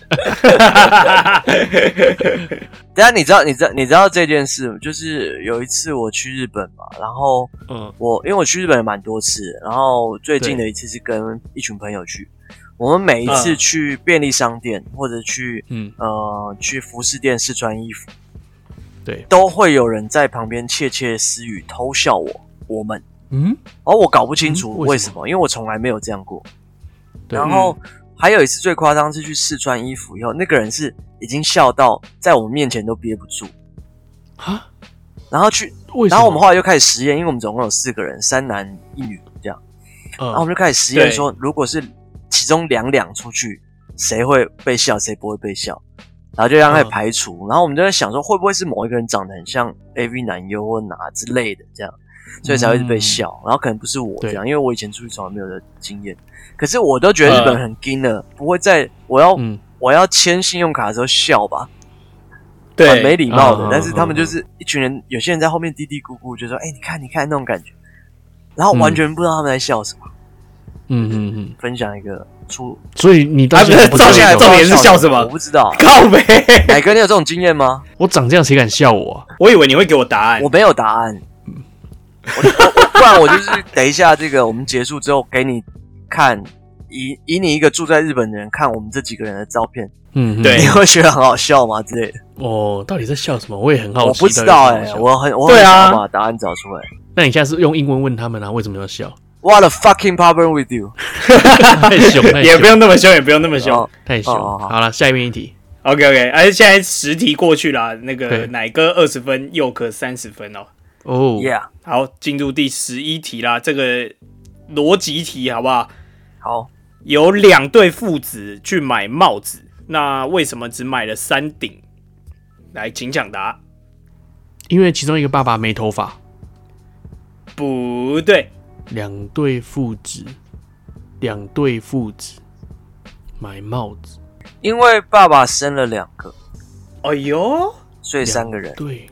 等一下你知道你知道你知道这件事吗？就是有一次我去日本嘛，然后嗯，我因为我去日本也蛮多次的，然后最近的一次是跟一群朋友去。我们每一次去便利商店、嗯、或者去嗯呃去服饰店试穿衣服， 对， 都会有人在旁边窃窃私语偷笑我我们。嗯，而我搞不清楚为什么，嗯、为什么因为我从来没有这样过。然后。嗯还有一次最夸张是去试穿衣服以后，那个人是已经笑到在我们面前都憋不住啊，然后去，然后我们后来就开始实验，因为我们总共有四个人，三男一女这样，嗯、然后我们就开始实验说，如果是其中两两出去，谁会被笑，谁不会被笑，然后就让他排除，嗯、然后我们就在想说，会不会是某一个人长得很像 A V 男优或哪之类的这样，所以才会被笑，嗯、然后可能不是我这样，因为我以前出去从来没有的经验。可是我都觉得日本很硬了，不会在我要、嗯、我要签信用卡的时候笑吧？对，很没礼貌的。嗯、但是他们就是一群人，有些人在后面嘀嘀咕咕，就说：“哎、欸，你看，你看那种感觉。”然后完全不知道他们在笑什么。嗯嗯嗯。分享一个出， 所以你到现在重点重点是笑什么？ 我不知道。 靠北， 奶哥，你有这种经验吗？ 我长这样谁敢笑我、啊？ 我以为你会给我答案， 我没有答案。我我不然我就是等一下这个我们结束之后给你。看，以以你一个住在日本的人看我们这几个人的照片，嗯，对，你会觉得很好笑吗？之类的。 哦，到底在笑什么？我也很好奇。 我不知道哎、欸，我很我很想把答案找出来。 那你现在是用英文问他们啊？为什么要笑 ？What the fucking problem with you？ 太凶， 也不用那么凶，也不用那么凶， 哦、太凶。哦、好了，下面一题。 OK OK， 而、啊、现在十题过去了，那个奶哥二十分，佑可三十分哦。 哦 ，Yeah， 好，进入第十一题啦，这个逻辑题好不好？ 好， 有两对父子去买帽子，那为什么只买了三顶？来，请抢答。 因为其中一个爸爸没头发。 不对。 两对父子，两对父子买帽子。 因为爸爸生了两个。 哎呦， 所以三个人。 对。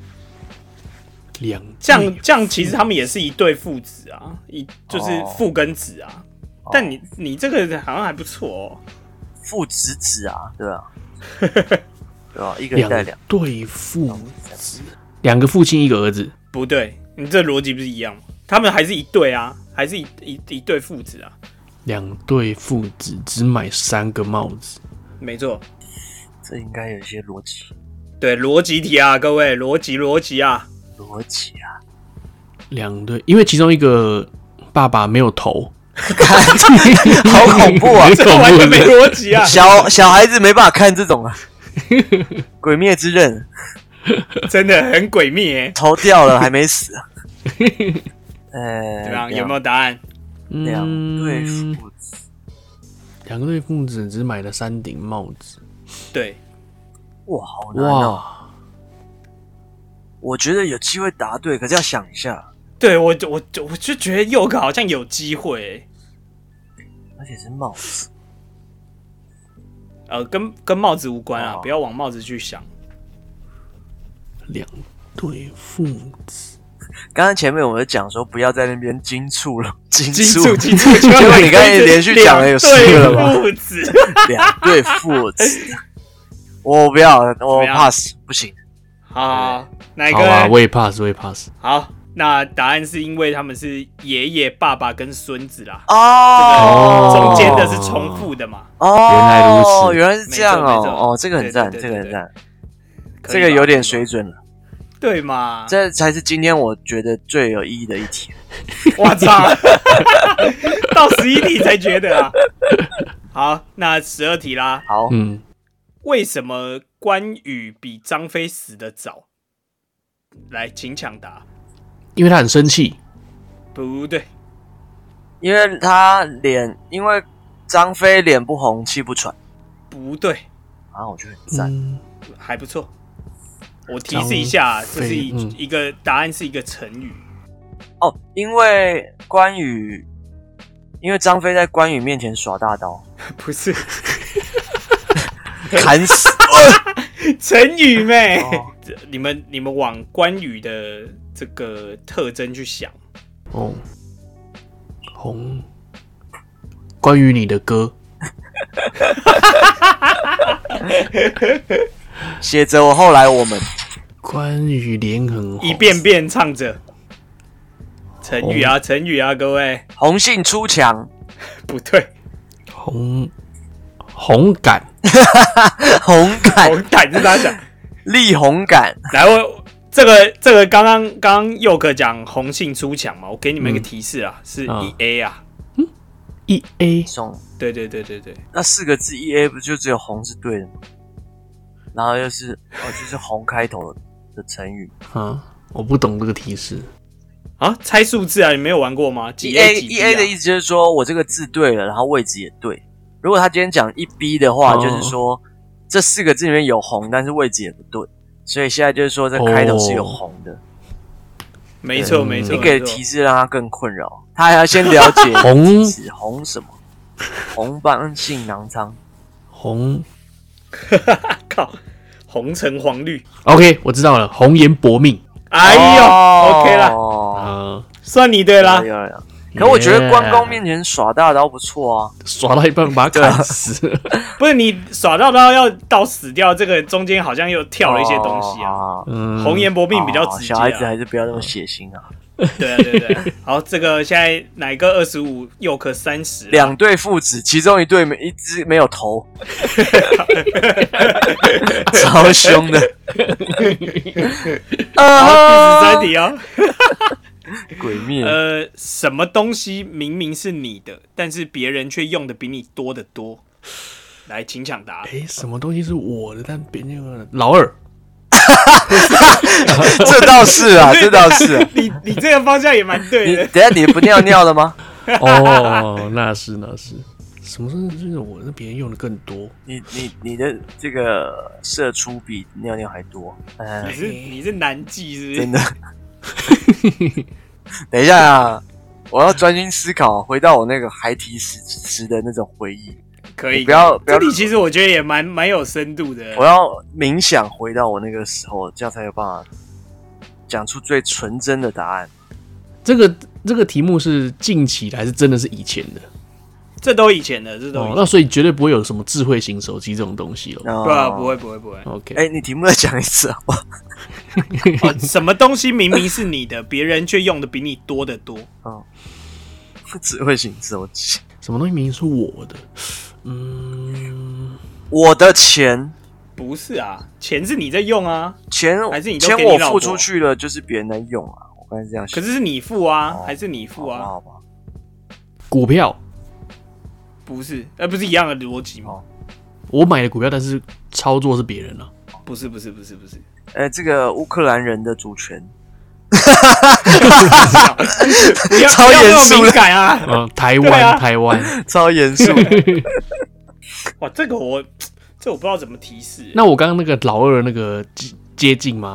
两这样这样，其实他们也是一对父子啊，一就是父跟子啊。哦、但你你这个好像还不错哦， 父子子啊，对吧、啊？对吧？一个人带两对父子，两个父亲一个儿子。 不对，你这逻辑不是一样吗？他们还是一对啊，还是一一一对父子啊。 两对父子只买三个帽子， 没错。 这应该有一些逻辑。 对，逻辑题啊，各位，逻辑逻辑啊。 逻辑啊， 两对，因为其中一个爸爸没有头， 好恐怖啊！ 这完全没逻辑啊！ 小小孩子没办法看这种啊，《鬼灭之刃》 真的很鬼灭、欸， 头掉了还没死、啊。 呃，怎么样？有没有答案？ 两对父子， 两对父子只买了三顶帽子。 对， 哇，好难哦。我觉得有机会答对，可是要想一下。 对我，我我就觉得佑可好像有机会、欸， 而且是帽子， 呃，跟跟帽子无关啊，哦、不要往帽子去想。 两对父子， 刚刚前面我们讲说不要在那边精促了，精促精促， 结果你刚才连续讲了有四个了吧？ 父子， 两对父子，我不要，我 pass 不行。 好，哪一个？ 好啊，我也 pass， 我也 pass。 好，那答案是因为他们是爷爷、爸爸跟孙子啦。 哦， 这个中间的是重复的嘛？ 哦， 原来如此， 原来是这样哦。哦，这个很赞，这个很赞，这个有点水准了。 对嘛？ 这才是今天我觉得最有意义的一题。 我操！到十一题才觉得啊。好，那十二题啦。 好， 嗯， 为什么关羽比张飞死得早？来，请抢答。 因为他很生气。 不对。 因为他脸，因为张飞脸不红，气不喘。 不对。 啊，我觉得很赞、嗯， 还不错。我提示一下，这是一、嗯、一个答案，是一个成语。 哦，因为关羽，因为张飞在关羽面前耍大刀。 不是。 砍死成语妹、哦，你们你们往关羽的这个特征去想哦，红关于你的歌， 写着我后来我们关于连横红一遍遍唱着成语啊，成语啊，各位， 红杏出墙， 不对， 红红感， 红感， 红感是他讲， 力红感。 来，我这个这个刚刚刚刚佑可讲红杏出墙嘛，我给你们一个提示啊，嗯、是一 A 啊， 嗯，一 A， 对对对对对， 那四个字一 A 不就只有红是对的吗？然后又是哦，就是红开头的成语啊，我不懂这个提示啊，猜数字啊，你没有玩过吗？几 A 几 B 一 A 的意思就是说我这个字对了，然后位置也对。如果他今天讲一 B 的话，哦、就是说这四个字里面有红，但是位置也不对，所以现在就是说这开头是有红的。哦、 没错没错， 你给的提示让他更困扰，他还要先了解红红什么，红斑性囊疮， 红， 靠，红橙黄绿。 OK， 我知道了，红颜薄命。 哎呦、哦、，OK 啦， 呃， 算你对啦。 可我觉得关公面前耍大刀不错啊， 耍到一半把他砍死。 不是你耍到刀要到死掉，这个中间好像又跳了一些东西啊。哦、嗯，红颜薄命比较直接、啊。 小孩子还是不要那么血腥啊。 对啊对对。好，这个现在哪个二十五，佑可三十？ 两对父子，其中一对没一只没有头，超凶的。 好，第十三题哦。 鬼灭。 呃，什么东西明明是你的，但是别人却用的比你多得多？来，请抢答。 哎，什么东西是我的，但别人用的？老二。 这倒是啊，这倒是、啊。 你你这个方向也蛮对的。 等一下你不尿尿了吗？ 哦，那是那是。什么是我的别人用的更多？ 你你你的这个射出比尿尿还多。 呃、你是你是难记是不是？ 真的。等一下啊，我要专心思考，回到我那个孩提时时的那种回忆。 可以， 不要不要。 这里其实我觉得也蛮蛮有深度的。 我要冥想回到我那个时候，这样才有办法讲出最纯真的答案。 这个这个题目是近期的还是真的是以前的？ 这都以前的，这都以前的、 哦。那所以绝对不会有什么智慧型手机这种东西了。 对啊，不会不会不会。 OK， 哎、欸，你题目再讲一次好不好？ 哦，什么东西明明是你的，别人却用的比你多得多？ 哦，智慧型手机。 什么东西明明是我的？嗯， 我的钱不是啊，钱是你在用啊， 钱还是你钱我付出去了，就是别人在用啊。我刚才这样想， 可是是你付啊，哦、还是你付啊？ 好吧，好吧。 股票不是，呃，不是一样的逻辑吗？ 我买的股票，但是操作是别人啊。 不是，不是，不是，不是。 呃，这个乌克兰人的主权。 不要超严肃敏感啊！ 嗯，台湾，啊、台湾， 超严肃。 哇，这个我，这我不知道怎么提示。 那我刚刚那个老二那个接近吗？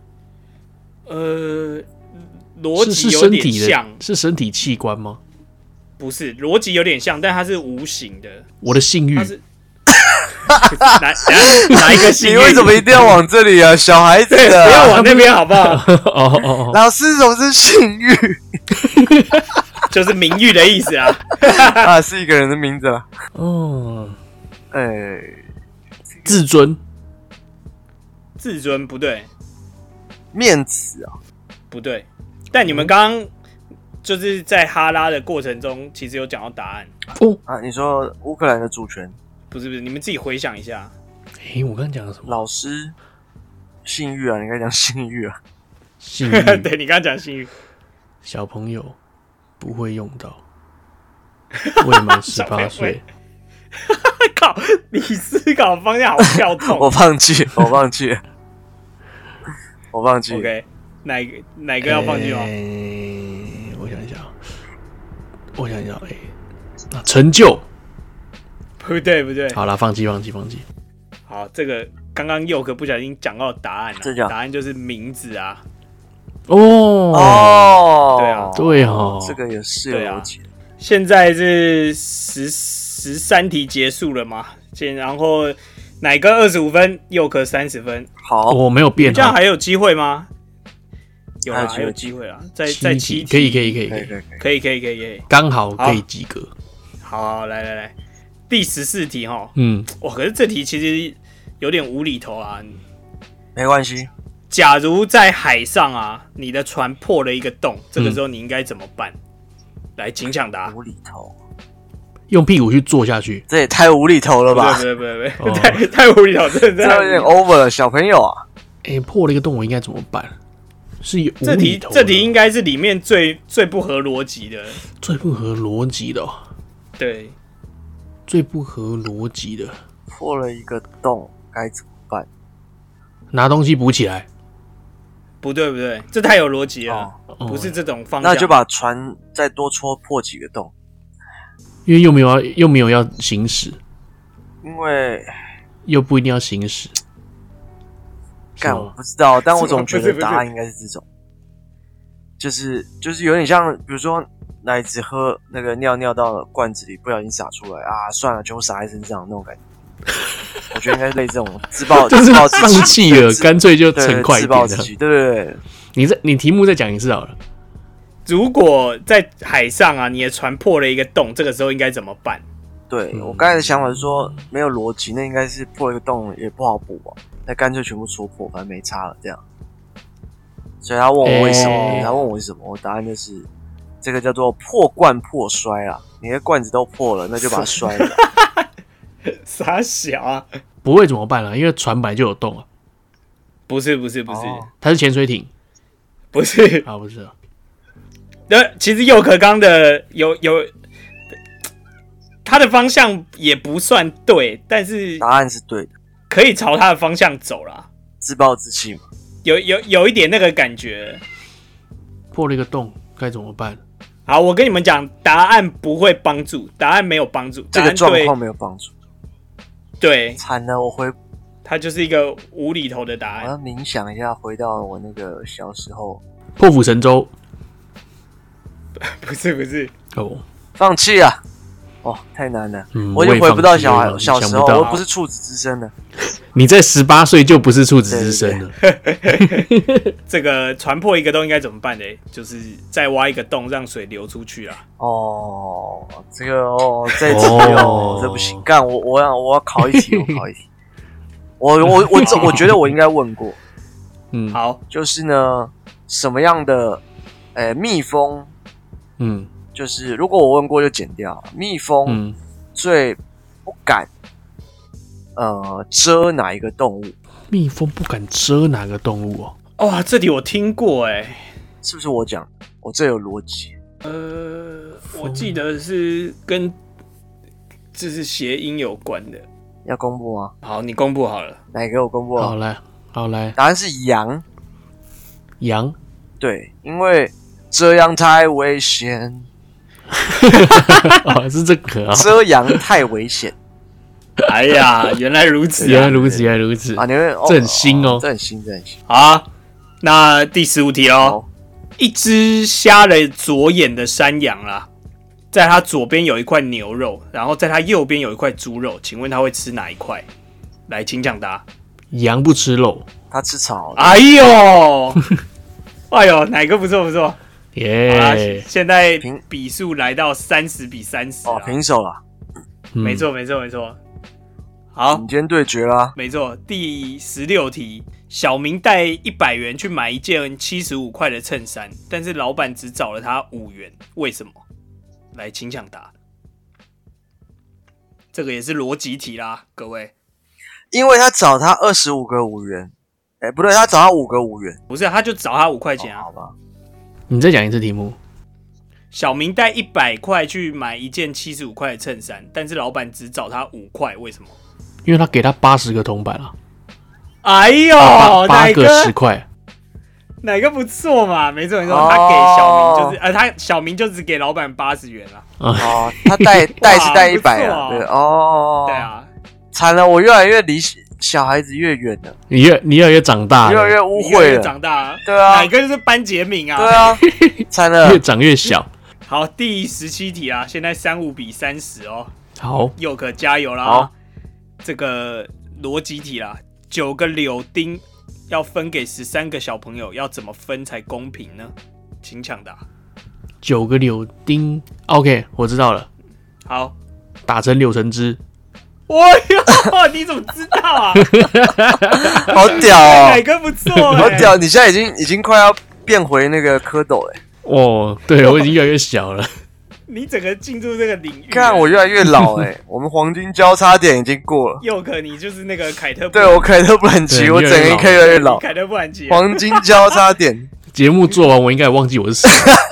呃，逻辑有点像， 是身体器官吗？ 不是，逻辑有点像，但它是无形的。 我的性欲。 它是哪哪一个性欲？ 你为什么一定要往这里啊？小孩子的、啊， 不要往那边好不好？ 哦哦， 老师总是性欲， 就是名誉的意思啊。 啊，是一个人的名字啦。 哦， 哎、 欸，自尊， 自尊不对， 面子啊不对。但你们刚刚就是在哈拉的过程中，其实有讲到答案。 哦啊，你说乌克兰的主权？ 不是不是，你们自己回想一下。 哎、欸，我刚刚讲了什么？ 老师，性欲啊，你刚才讲性欲啊， 性欲。 对你刚刚讲性欲， 小朋友不会用到，未满十八岁。 靠，你思考方向好跳动。 我放弃，我放弃，我放弃。 OK， 哪个哪个要放弃吗？ 欸、我想一下，我想一下，哎、欸，成就。 不对不对， 好啦，放弃放弃放弃。 好，这个刚刚佑可不小心讲到答案了，答案就是名字啊。 哦哦， 对啊， 对哦， 这个也是有逻辑。 现在是十十三题结束了嘛？然后奶哥二十五分，佑可三十分。 好， 我没有变， 这样还有机会吗？有啦，还有机会啦，再再七可以可以可以可以可以可以可以可以可以， 刚好可以及格。 好，来来来，第十四题哈。 嗯， 哇，可是这题其实有点无厘头啊。 没关系。 假如在海上啊，你的船破了一个洞，这个时候你应该怎么办？嗯、来，请抢答。 无厘头。 用屁股去坐下去， 这也太无厘头了吧？ 不对不对不对，不对、哦、太太无厘头，真的这有点 over 了，小朋友啊！ 哎、欸，破了一个洞，我应该怎么办？是有这题这题应该是里面最最不合逻辑的， 最不合逻辑的、哦， 对， 最不合逻辑的， 破了一个洞该怎么办？ 拿东西补起来？ 不对不对，这太有逻辑了、哦，不是这种方向。 那就把船再多戳破几个洞。 因为又没有要又没有要行驶， 因为又不一定要行驶。 干我不知道，但我总觉得答案应该是这种，就是就是有点像，比如说奶子喝那个尿尿到罐子里，不小心洒出来啊，算了，全部洒在身上那种感觉。我觉得应该是类似这种自暴就是放弃了，干脆就惩快一点。 自己，对对对。 你再你题目再讲一次好了。 如果在海上啊，你的船破了一个洞，这个时候应该怎么办？ 对、嗯、我刚才的想法是说，没有逻辑，那应该是破了一个洞也不好补啊，那干脆全部戳破，反正没差了这样。所以他问我为什么，欸、他问我为什么，我答案就是这个叫做破罐破摔啊，你的罐子都破了，那就把它摔了。 傻小啊！ 不会怎么办啊？因为船本来就有洞啊。 不是不是不是，哦、 它是潜水艇， 不是啊不是啊。 那其实佑可刚的有有，他的方向也不算对，但是答案是对的， 可以朝他的方向走啦。 自暴自弃嘛， 有有有一点那个感觉。 破了一个洞该怎么办？ 好，我跟你们讲，答案不会帮助，答案没有帮助， 这个状况没有帮助。 对， 惨了，我回， 它就是一个无厘头的答案。 我要冥想一下，回到我那个小时候。 破釜沉舟。 不是不是哦， 放弃啊！哦，太难了， 嗯、 我已经回不到小孩小时候，我不是处子之身了。 你在十八岁就不是处子之身了。 这个船破一个洞应该怎么办呢？就是再挖一个洞，让水流出去啊。 哦，这个哦，这题哦，这不行，干我我要我要考一题，我考一题。我我我我我觉得我应该问过。 嗯， 好， 就是呢，什么样的诶蜜蜂？ 嗯， 就是如果我问过就剪掉。蜜蜂最不敢、嗯、呃蛰哪一个动物？ 蜜蜂不敢蛰哪个动物哦？ 哇，这题我听过哎、欸， 是不是我讲的？我这有逻辑。 呃，我记得是跟这是谐音有关的。 要公布吗？ 好，你公布好了。 来给我公布。 好来，好来。 答案是羊。 羊。 对，因为这样太危险。 哦，是这个啊、哦。 遮阳太危险。 哎呀，原来如此、啊， 原来如此，原来如此啊！你们、哦、 这很新哦， 这很新，这很新。 好啊，那第十五题哦，一只瞎了左眼的山羊啦，在它左边有一块牛肉，然后在它右边有一块猪肉，请问它会吃哪一块？来，请讲答。 羊不吃肉， 它吃草。 哎呦，哎呦，哪个不错不错？ 耶、 yeah ！现在比数来到三十比三十哦，平手了。 嗯、 没错，没错，没错。好， 顶尖对决啦！ 没错，第十六题，小明带一百元去买一件七十五块的衬衫，但是老板只找了他五元，为什么？来，请抢答。这个也是逻辑题啦，各位。 因为他找他二十五个五元，哎、欸，不对，他找他五个五元， 不是，他就找他五块钱啊、 哦。好吧， 你再讲一次题目。 小明带一百块去买一件七十五块的衬衫，但是老板只找他五块，为什么？ 因为他给他八十个铜板啊！ 哎呦， 八个十块， 哪个不错嘛？没错没错，哦、他给小明就是，呃，他小明就只给老板八十元了。 哦，他带带是带一百啊，对哦， 对啊， 惨了，我越来越离小孩子越远了。 你越你越来越长大了， 越来越污秽了， 越来越长大了。 对啊， 哪个就是班杰明啊？ 对啊，惨了， 越长越小。 好，第十七题啊，现在三五比三十哦。 好， 佑可加油啦！这个逻辑题啦，九个柳丁要分给十三个小朋友，要怎么分才公平呢？请抢答。 九个柳丁 ，OK， 我知道了。 好， 打成柳橙汁。 哇哟，你怎么知道啊？ 好屌哦， 奶哥不错、欸， 好屌！你现在已经已经快要变回那个蝌蚪了、欸。 哦，对，我已经越来越小了。 你整个进入这个领域， 看我越来越老哎、欸！我们黄金交叉点已经过了。 佑可，你就是那个凯特， 对我凯特布兰奇，我整个一刻越来越老。 凯特布兰奇， 黄金交叉点。 节目做完，我应该也忘记我是谁。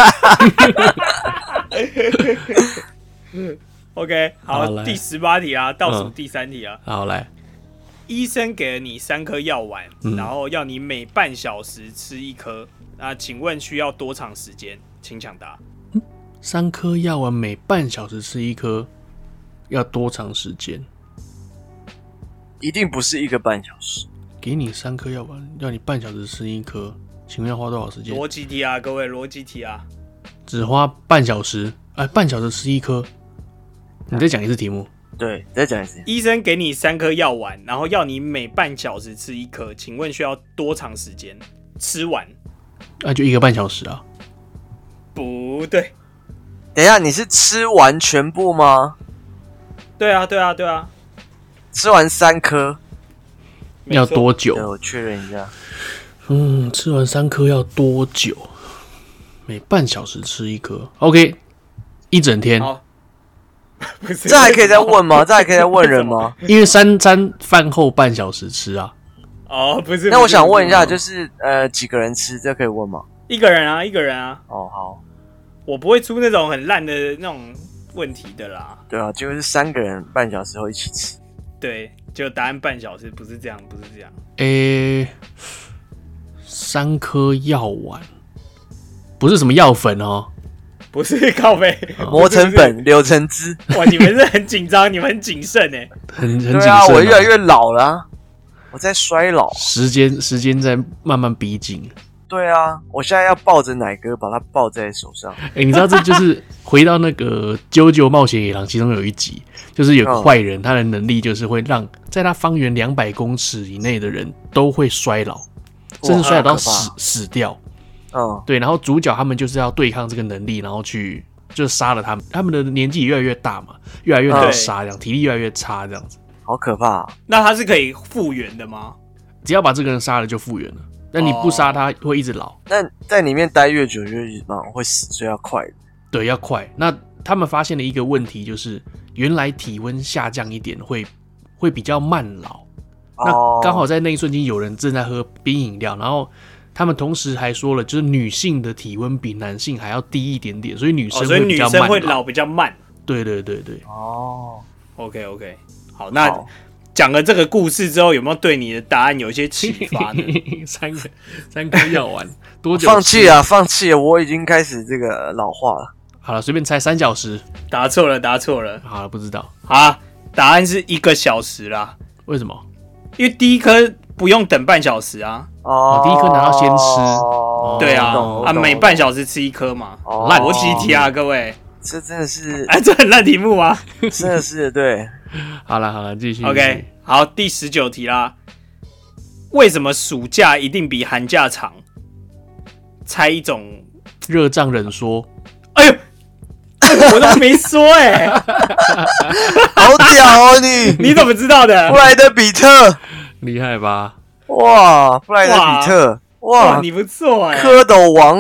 OK， 好， 好第十八题啊，倒数第三题啊。 嗯、好，来， 医生给了你三颗药丸、 嗯， 然后要你每半小时吃一颗。那请问需要多长时间？请抢答。 嗯、三颗药丸每半小时吃一颗，要多长时间？ 一定不是一个半小时。 给你三颗药丸，要你半小时吃一颗，请问要花多少时间？ 逻辑题啊，各位逻辑题啊， 只花半小时，哎，半小时吃一颗。你再讲一次题目。 对，再讲一次。 医生给你三颗药丸，然后要你每半小时吃一颗，请问需要多长时间吃完？ 啊，就一个半小时啊。 不对。 等一下，你是吃完全部吗？ 对啊，对啊，对啊。 吃完三颗。 要多久？ 对，我确认一下。 嗯，吃完三颗要多久？每半小时吃一颗。OK， 一整天。 好。不是， 这还可以再问吗？这还可以再问人吗？ 因为三餐饭后半小时吃啊。 哦，不是。 那我想问一下，就是呃，几个人吃？这可以问吗？ 一个人啊，一个人啊。 哦，好。 我不会出那种很烂的那种问题的啦。 对啊，就是三个人半小时后一起吃。 对，就答案半小时，不是这样，不是这样。 诶、欸，三颗药丸，不是什么药粉哦。 不是靠背磨成粉、柳橙汁。 哇，你们是很紧张，你们很谨慎哎， 很很谨慎、啊。 对啊，我越来越老了、啊，我在衰老。 时间时间在慢慢逼近。 对啊，我现在要抱着奶哥，把他抱在手上。 哎、欸，你知道这就是回到那个《啾啾冒险野狼》，其中有一集，就是有个坏人，他的能力就是会让在他方圆两百公尺以内的人都会衰老，甚至衰老到死死掉。 嗯， 对，然后主角他们就是要对抗这个能力，然后去就杀了他们。他们的年纪也越来越大嘛，越来越难杀，这样体力越来越差，这样子。 好可怕、啊！ 那他是可以复原的吗？ 只要把这个人杀了就复原了。但你不杀他会一直老。 那、哦、在里面待越久就蛮会死，所以要快。 对，要快。那他们发现了一个问题，就是原来体温下降一点会会比较慢老。哦、那刚好在那一瞬间有人正在喝冰饮料，然后他们同时还说了，就是女性的体温比男性还要低一点点，所以女生会比较慢老、哦、 所以女生会老比较慢。 对对对对。 哦 ，OK OK， 好，那。好讲了这个故事之后，有没有对你的答案有一些启发呢？ 三个三颗药丸多久？ 放弃啊，放弃了，我已经开始这个老化了。 好了，随便猜三小时。 答错了，答错了。 好了，不知道。 啊，答案是一个小时啦。 为什么？ 因为第一颗不用等半小时啊。 哦，第一颗拿到先吃。 哦、 对啊，啊，每半小时吃一颗嘛。 哦、 烂逻辑题啊，各位。 这真的是， 哎，这很烂题目啊！ 真的是对。 好了好了，继续。 OK， 好，第十九题啦。为什么暑假一定比寒假长？猜一种热胀冷缩。 哎呦，我都没说哎、欸， 好屌哦你！ 你怎么知道的？ 布莱德比特， 厉害吧？ 哇，布莱德比特，哇， 哇你不错哎、欸， 蝌蚪王。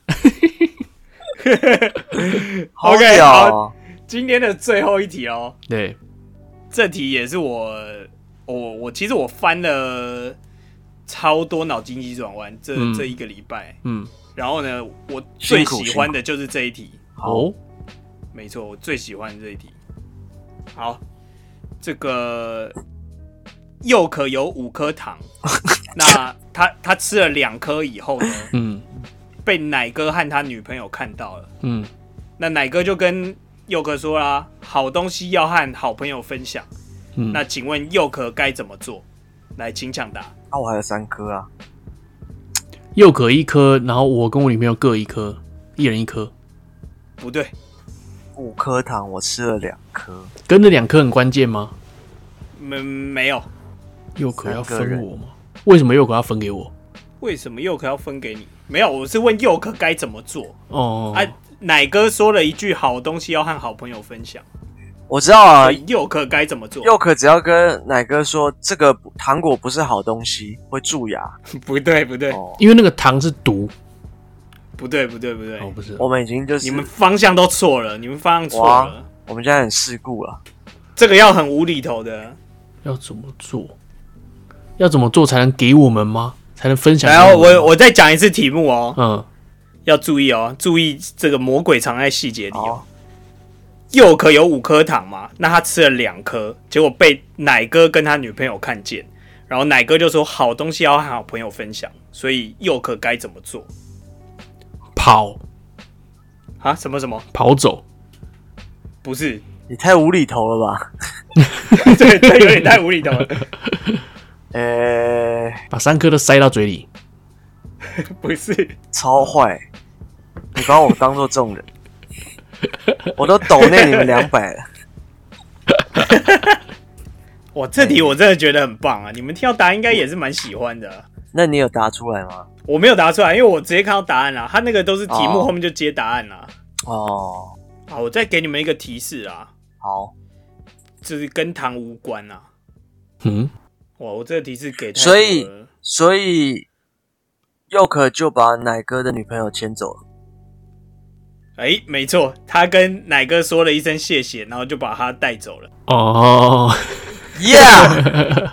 好屌、哦 okay, 好，今天的最后一题哦。 对， 这题也是我，我我其实我翻了超多脑筋急转弯，这、嗯、这一个礼拜，嗯，然后呢，我最喜欢的就是这一题。 好， 没错，我最喜欢这一题。好，这个佑可有五颗糖，那他他吃了两颗以后呢，嗯。被奶哥和他女朋友看到了，嗯，那奶哥就跟佑可说啦，好东西要和好朋友分享，嗯，那请问佑可该怎么做？来，请抢答。 啊，我还有三颗啊， 佑可一颗，然后我跟我女朋友各一颗，一人一颗。 不对， 五颗糖我吃了两颗， 跟那两颗很关键吗？ 没没有， 佑可要分我吗？为什么佑可要分给我？ 为什么佑可要分给你？没有，我是问佑可该怎么做。 哦， 啊，奶哥说了一句好东西要和好朋友分享。 我知道啊， 佑可该怎么做？ 佑可只要跟奶哥说这个糖果不是好东西，会蛀牙。 不对不对、 哦，因为那个糖是毒。 不对不对不对， 哦不是， 我们已经就是你们方向都错了，你们方向错了。 我们现在很世故了， 这个要很无厘头的。 要怎么做？要怎么做才能给我们吗？才能分享？ 然后我我再讲一次题目哦。 嗯， 要注意哦，注意这个魔鬼藏在细节里哦。佑可有五颗糖嘛，那他吃了两颗，结果被奶哥跟他女朋友看见，然后奶哥就说好东西要和好朋友分享，所以佑可该怎么做？ 跑啊？什么什么？ 跑走？ 不是， 你太无厘头了吧？ 对，这有点太无厘头了。 呃、欸， 把三颗都塞到嘴里？ 不是， 超坏！你把我当做这种人。我都抖内你们两百了。 哇，这题我真的觉得很棒啊！你们听到答案应该也是蛮喜欢的、啊。 那你有答出来吗？ 我没有答出来，因为我直接看到答案啦。他那个都是题目后面就接答案啦。 哦， 好，我再给你们一个提示啊。 好， 就是跟糖无关啊。 嗯， 哇，我这个提示给太多了。 所以，所以佑可就把奶哥的女朋友牵走了。 哎、欸，没错，他跟奶哥说了一声谢谢，然后就把他带走了。 哦 ，Yeah，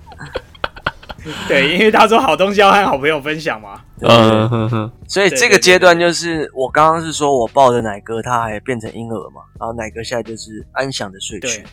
对，因为他说好东西要和好朋友分享嘛。 嗯哼哼。 所以这个阶段就是我刚刚是说我抱着奶哥，他还变成婴儿嘛，然后奶哥现在就是安详的睡去。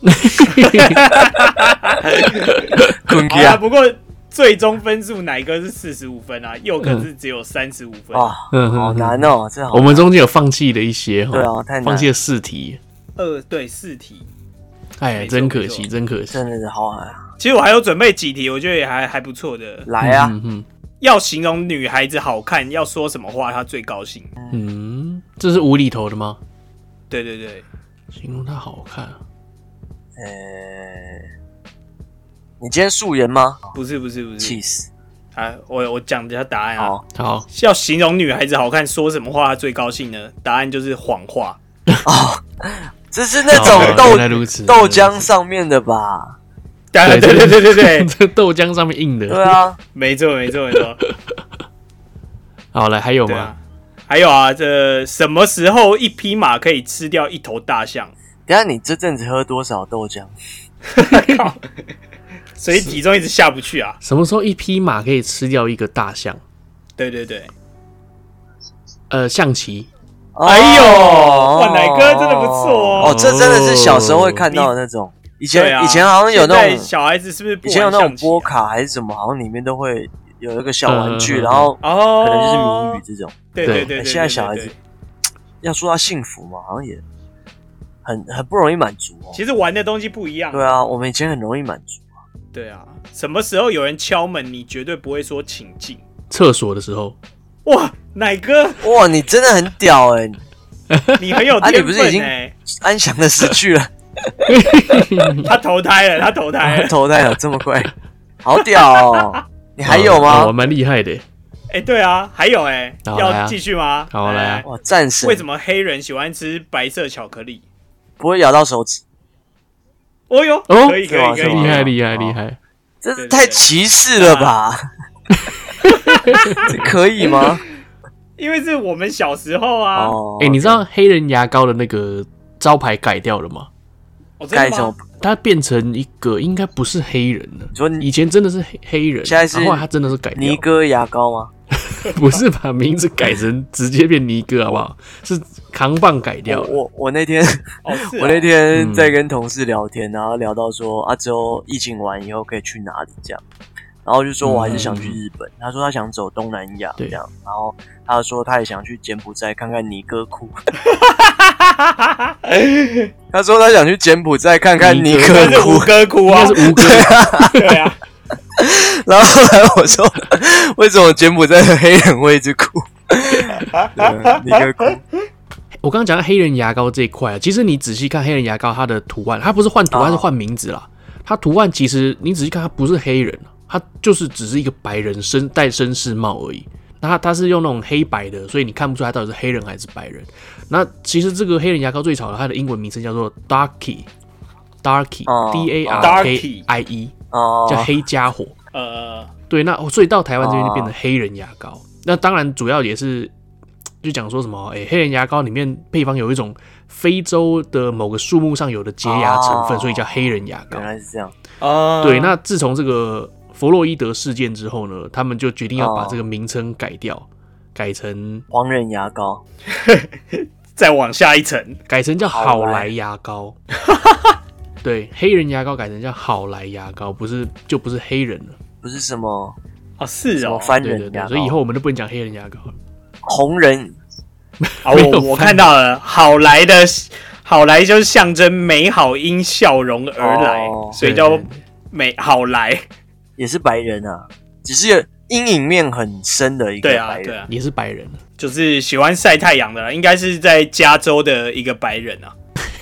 好啦，不过最终分数奶哥是四十五分啊，佑可是只有三十五分啊，好难哦，这好难。 我们中间有放弃了一些， 对啊，太难， 放弃了四题， 二对四题， 哎呀，真可惜，真可惜， 真的是好难啊。 其实我还有准备几题，我觉得也还还不错的。 来啊， 嗯嗯、 要形容女孩子好看，要说什么话她最高兴？ 嗯，这是无厘头的吗？ 对对对， 形容她好看、啊。 呃、欸，你今天素颜吗？ 不是不是不是， 气死！ 啊，我我讲一下答案啊。 好，好， 要形容女孩子好看，说什么话她最高兴呢？答案就是谎话。 哦，这是那种豆豆浆上面的吧？ 对对对对对对， 这豆浆上面印的。 对啊， 没错没错没错。 好来，还有吗？ 啊、还有啊，这什么时候一匹马可以吃掉一头大象？ 等一下你这阵子喝多少豆浆？ 靠！所以体重一直下不去啊。 什么时候一匹马可以吃掉一个大象？ 对对对， 呃，象棋。 哎呦，哇，奶哥真的不错哦。 哦，这真的是小时候会看到的那种。以前、啊、以前好像有那种小孩子是不是不、啊？ 以前有那种波卡还是什么，好像里面都会有一个小玩具，嗯、然后哦， 可能就是谜语这种。 对对 对, 對， 现在小孩子要说他幸福嘛，好像也很很不容易满足哦。 其实玩的东西不一样。 对啊，我们以前很容易满足。 对啊，什么时候有人敲门，你绝对不会说请进。 厕所的时候。 哇，奶哥， 哇，你真的很屌哎、欸！ 你很有天分、欸啊、 你不是已经安详的死去了？ 他投胎了，他投胎了， 啊、投胎了，这么快，好屌哦！你还有吗？ 我蛮厉害的。 哎、欸，对啊，还有哎、欸，要继续吗？ 好来啊！ 哇，战神！ 为什么黑人喜欢吃白色巧克力？ 不会咬到手指。 哦哟， 哦， 可以可以可以， 厉害厉害厉害！ 这是太歧视了吧？这可以吗？ 因为是我们小时候啊。哎、 哦欸，你知道黑人牙膏的那个招牌改掉了吗？ 哦，真的吗？ 它变成一个应该不是黑人了。 你说以前真的是黑黑人， 现在是后来他真的是改掉尼哥牙膏吗？ 不是把名字改成直接变尼哥好不好？是扛棒改掉了。 我我, 我那天、 哦啊、 我那天在跟同事聊天，然后聊到说啊，之后疫情完以后可以去哪里这样。然后就说我还是想去日本，嗯、他说他想走东南亚这样，然后他说他也想去柬埔寨看看尼哥窟。他说他想去柬埔寨看看尼哥窟， 吴哥窟啊， 是吴哥， 对啊。 然后后来我说，为什么柬埔寨的黑人会一直哭？尼哥窟。 我刚刚讲到黑人牙膏这一块啊，其实你仔细看黑人牙膏它的图案，它不是换图案，是换名字啦。它图案其实你仔细看，它不是黑人。他就是只是一个白人绅戴绅士帽而已，那那它它是用那种黑白的，所以你看不出来到底是黑人还是白人。那其实这个黑人牙膏最早的它的英文名称叫做 Darkie，Darkie，D A R K I E， 叫黑家伙。呃，对，那所以到台湾这边就变成黑人牙膏。那当然主要也是就讲说什么，哎、欸，黑人牙膏里面配方有一种非洲的某个树木上有的洁牙成分，所以叫黑人牙膏。 原来是这样。 哦，对，那自从这个弗洛伊德事件之后呢，他们就决定要把这个名称改掉，哦、改成黄人牙膏， 再往下一层， 改成叫好来牙膏。对，黑人牙膏改成叫好来牙膏，不是就不是黑人了， 不是什么哦，是哦， 番人牙膏， 对对对，所以以后我们都不能讲黑人牙膏了， 红人。 啊，我我看到了，好来的好来就是象征美好因笑容而来，哦、所以叫美好来， 也是白人啊，只是阴影面很深的一个白人，对啊，对啊， 也是白人， 就是喜欢晒太阳的啦，应该是在加州的一个白人啊。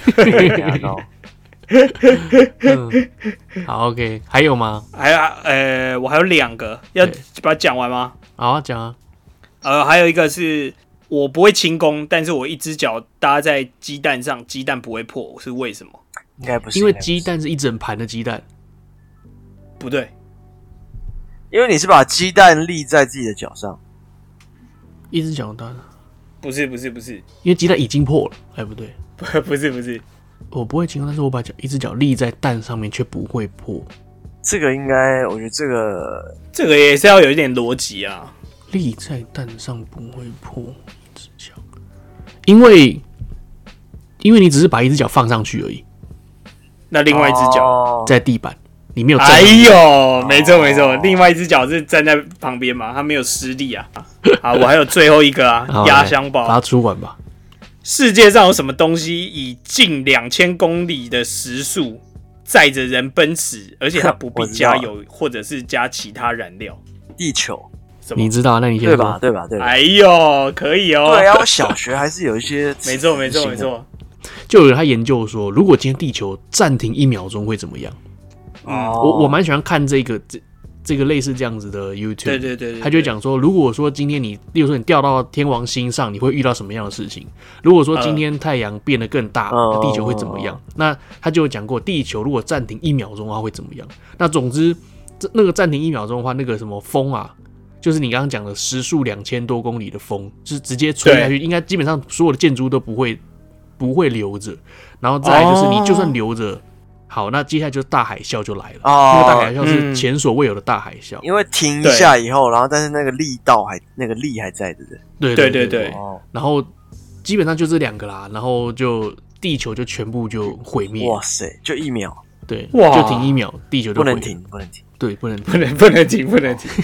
嗯，好 ，OK， 还有吗？ 还有呃，我还有两个，要把它讲完吗？ 好啊，讲啊。 呃，还有一个是。我不会轻功，但是我一只脚搭在鸡蛋上，鸡蛋不会破，是为什么？ 应该不是， 因为鸡蛋是一整盘的鸡蛋。 不对， 因为你是把鸡蛋立在自己的脚上， 一只脚搭。 不是不是不是， 因为鸡蛋已经破了，哎，不对， 不不是不是， 我不会轻功，但是我把脚一只脚立在蛋上面却不会破。 这个应该，我觉得这个这个也是要有一点逻辑啊。 立在蛋上不会破一只脚，因为因为你只是把一只脚放上去而已， 那另外一只脚在地板，你没有站。 哎呦，没错没错，另外一只脚是站在旁边嘛，它没有施力啊。好，我还有最后一个啊，压箱宝， 把它出完吧。 世界上有什么东西以近两千公里的时速载着人奔驰，而且它不必加油或者是加其他燃料？ 地球。 你知道？那你先说对吧？对吧？对吧？ 哎呦，可以哦。 对啊，我小学还是有一些。 没错，没错，没错。 就有人他研究说，如果今天地球暂停一秒钟会怎么样？嗯，我我蛮喜欢看这个这这个类似这样子的 YouTube。 对对 对, 對, 對， 他就会讲说，如果说今天你，例如说你掉到天王星上，你会遇到什么样的事情？如果说今天太阳变得更大，呃、地球会怎么样？呃、那他就有讲过，地球如果暂停一秒钟的话会怎么样？那总之，那个暂停一秒钟的话，那个什么风啊。就是你刚刚讲的时速两千多公里的风，就是直接吹下去，应该基本上所有的建筑都不会不会留着。然后再来就是你就算留着，哦、好，那接下来就是大海啸就来了。哦，那个大海啸是前所未有的大海啸， 因为停一下以后，然后但是那个力道还那个力还在的。 对对对对。 哦、然后基本上就这两个啦，然后就地球就全部就毁灭。 哇塞，就一秒。 对，就停一秒，地球就不能停，不能停。 对，不能停不能不能停，不能停。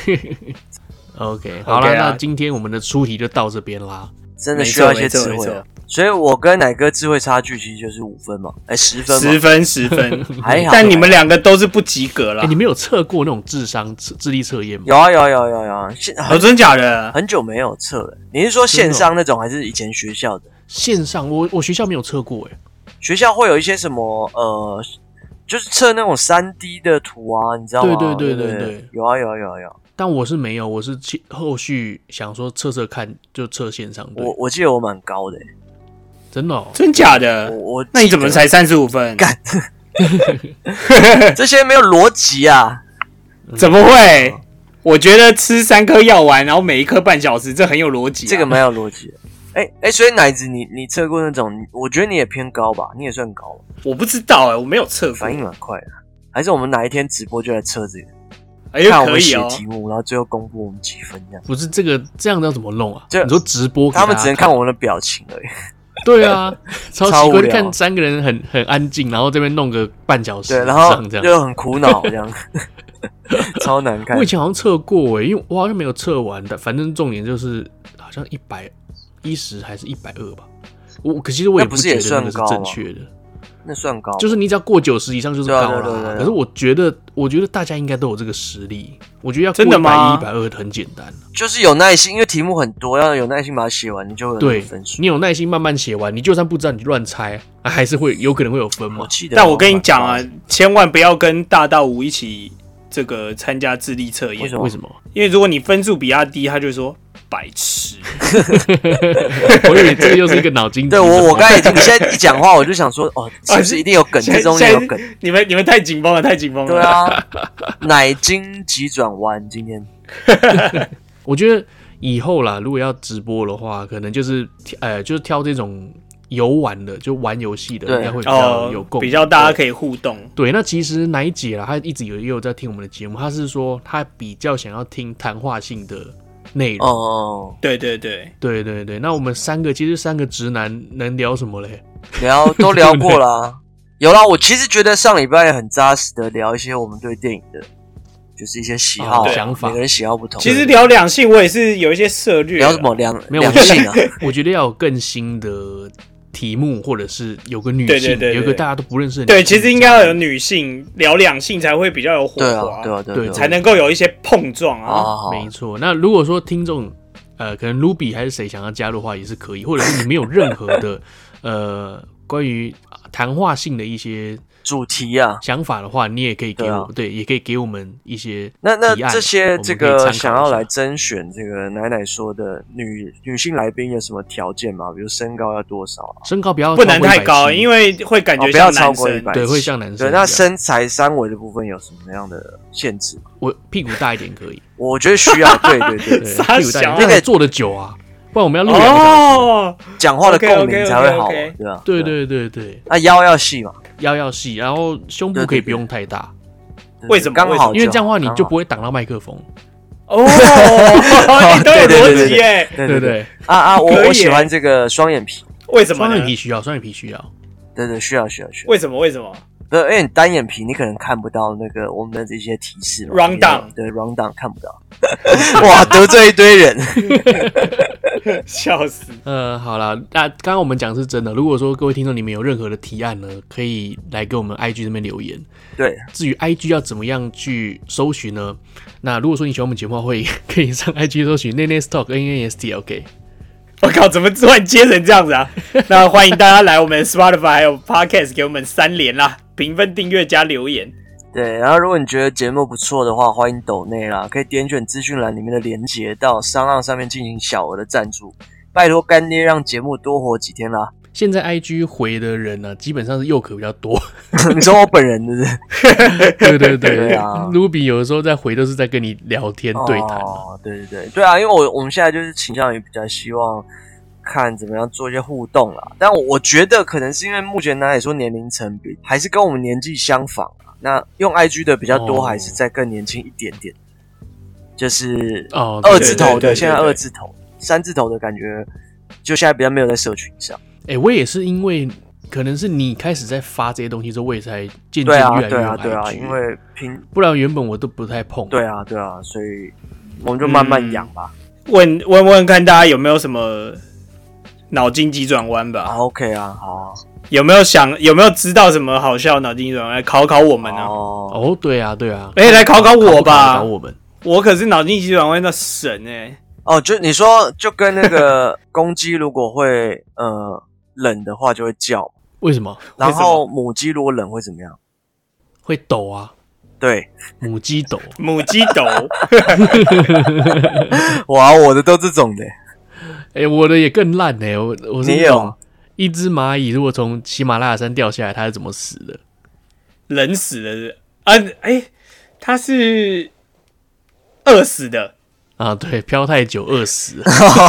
OK， 好了， okay 啊，那今天我们的出题就到这边啦。 真的需要一些智慧，啊，所以我跟奶哥智慧差距其实就是五分嘛，哎、欸，十分， 十分，十分， 还好。 但你们两个都是不及格啦。 欸、你们有测过那种智商智力测验吗？ 有啊，有啊，有啊，有啊。 哦，真假的？ 很久没有测了。你是说线上那种，还是以前学校的？ 线上，我我学校没有测过哎。 学校会有一些什么呃，就是测那种三 D 的图啊，你知道吗？ 对对对对 对, 对，有啊有啊有啊有啊。 但我是没有，我是后续想说测测看，就测线上。 我我记得我蛮高的，欸， 真的，哦， 真假的？ 我我那你怎么才三十五分？ 干，这些没有逻辑啊！ 怎么会？我觉得吃三颗药丸，然后每一颗半小时，这很有逻辑，啊。 这个蛮有逻辑的。哎、欸、哎、欸，所以奶子你你测过那种？我觉得你也偏高吧，你也算高吧。 我不知道哎，欸，我没有测过。 反应蛮快的，还是我们哪一天直播就来测这个？ 哎呦， 看我们写题目，然后最后公布我们几分这样。 不是这个这样要怎么弄啊？你说直播， 他们只能看我们的表情而已。 对啊，超奇怪！看三个人很很安静，然后这边弄个半小时， 对，然后就很苦恼这样，超难看。 我以前好像测过诶，因为我好像没有测完的，反正重点就是好像一百一十还是一百二吧。我可其实我也不觉得那个是正确的。 那算高， 就是你只要过九十以上就是高啦。 对对对对对， 可是我觉得，我觉得大家应该都有这个实力。我觉得要过一百一、 一百二很简单， 就是有耐心，因为题目很多，要有耐心把它写完，你就会有那个分数。 你有耐心慢慢写完，你就算不知道，你乱猜，啊，还是会有可能会有分嘛。 我但我跟你讲啊，千万不要跟大道五一起这个参加智力测验。 为什么？为什么？ 因为如果你分数比他低，他就会说白痴。 我以为这个又是一个脑筋急转弯。 对我，我刚才已经，你现在一讲话，我就想说，哦，是不是一定有梗？这中间有梗。 你们你们太紧绷了，太紧绷了。 对啊，奶筋急转弯，今天。 我觉得以后啦，如果要直播的话，可能就是呃，就是挑这种游玩的，就玩游戏的，应该会比较有共鸣、哦， 比较大家可以互动。 对，那其实奶姐啦，她一直有也有在听我们的节目，她是说她比较想要听谈话性的内容。 哦， 对对对对对对，那我们三个其实三个直男能聊什么嘞？ 聊都聊过啦，有啦。我其实觉得上礼拜很扎实的聊一些我们对电影的。就是一些喜好、 哦、想法， 每个人喜好不同。 其实聊两性，我也是有一些涉略。 聊什么两没有两性啊？ 我觉得要有更新的题目，或者是有个女性， 对对对对有一个大家都不认识的女性。 对，其实应该要有女性聊两性才会比较有火花， 对啊，对啊，对啊， 对， 才能够有一些碰撞啊。 啊没错。那如果说听众呃，可能 Ruby 还是谁想要加入的话，也是可以，或者是你没有任何的呃关于谈话性的一些。 主题啊， 想法的话，你也可以给我，对,、啊、对，也可以给我们一些那那这些这个想要来甄选这个奶奶说的女女性来宾有什么条件吗？比如身高要多少、啊？ 身高不要不能太高，因为会感觉像男生、哦、 不要超过一百， 对，会像男生。 对，那身材三围的部分有什么样的限制吗？ 我屁股大一点可以， 我觉得需要，对对对对， 屁股大一点，那个坐得久啊。不然我们要录两个小时， 讲、哦、话的共鸣才会好， okay, okay, okay, okay. 对吧？ 对对对对， 那、啊、腰要细嘛， 腰要细，然后胸部可以不用太大。 对对对为什么？ 刚好， 因为这样的话你就不会挡到麦克风。 哦，你都有逻辑耶， 对对对啊啊！我我喜欢这个双眼皮， 为什么？ 双眼皮需要，双眼皮需要， 对对，需要需要需要。 为什么？为什么？ 不是，因为你单眼皮，你可能看不到那个我们的这些提示嘛 ，round down， 对 round down 看不到。哇，得罪一堆人， 笑死。 呃，好啦，那刚刚我们讲是真的。如果说各位听众你们有任何的提案呢，可以来给我们 I G 这边留言。 对， 至于 I G 要怎么样去搜寻呢？那如果说你喜欢我们节目的话，会可以上 I G 搜寻 Nastalk N A S T L K。 我靠，怎么突然接成这样子啊？那欢迎大家来我们 Spotify 还有 Podcast 给我们三连啦，评分、订阅加留言。 对，然后如果你觉得节目不错的话，欢迎抖内啦，可以点选资讯栏里面的连结到商浪上面进行小额的赞助，拜托干爹让节目多活几天啦。 现在 I G 回的人呢、啊，基本上是佑可比较多。 你说我本人是不是？ 对对对对啊 ，Ruby 有的时候在回都是在跟你聊天对谈、啊。 哦，对对对对啊，因为我我们现在就是倾向于比较希望看怎么样做一些互动啦。但我我觉得可能是因为目前奶奶说年龄层比还是跟我们年纪相仿啊，那用 I G 的比较多，还是再更年轻一点点，就是二字头的，现在二字头、三字头的感觉，就现在比较没有在社群上。 哎、欸，我也是因为可能是你开始在发这些东西之后，我也才渐渐越来越用 I G。对啊，对啊， 对啊，因为平不然原本我都不太碰。 对啊，对啊，所以我们就慢慢养吧。 嗯、问问问看大家有没有什么脑筋急转弯吧、 啊、？OK 啊，好啊。 有没有想有没有知道什么好笑的脑筋急转弯来考考我们呢、啊？ 哦, 哦，对啊，对啊。 哎、欸，来考考我吧， 考考我们。 我可是脑筋急转弯的神哎、欸。 哦，就你说，就跟那个公鸡如果会呃。冷的话就会叫， 为什么？ 然后母鸡如果冷会怎么样？ 会抖啊。 对， 母鸡抖， 母鸡抖。 哇，我的都这种的。 哎、欸，我的也更烂呢、欸。我我是那种一只蚂蚁如果从喜马拉雅山掉下来，它是怎么死的？ 冷死的啊！哎、欸，它是饿死的。 啊，对，飘太久饿死。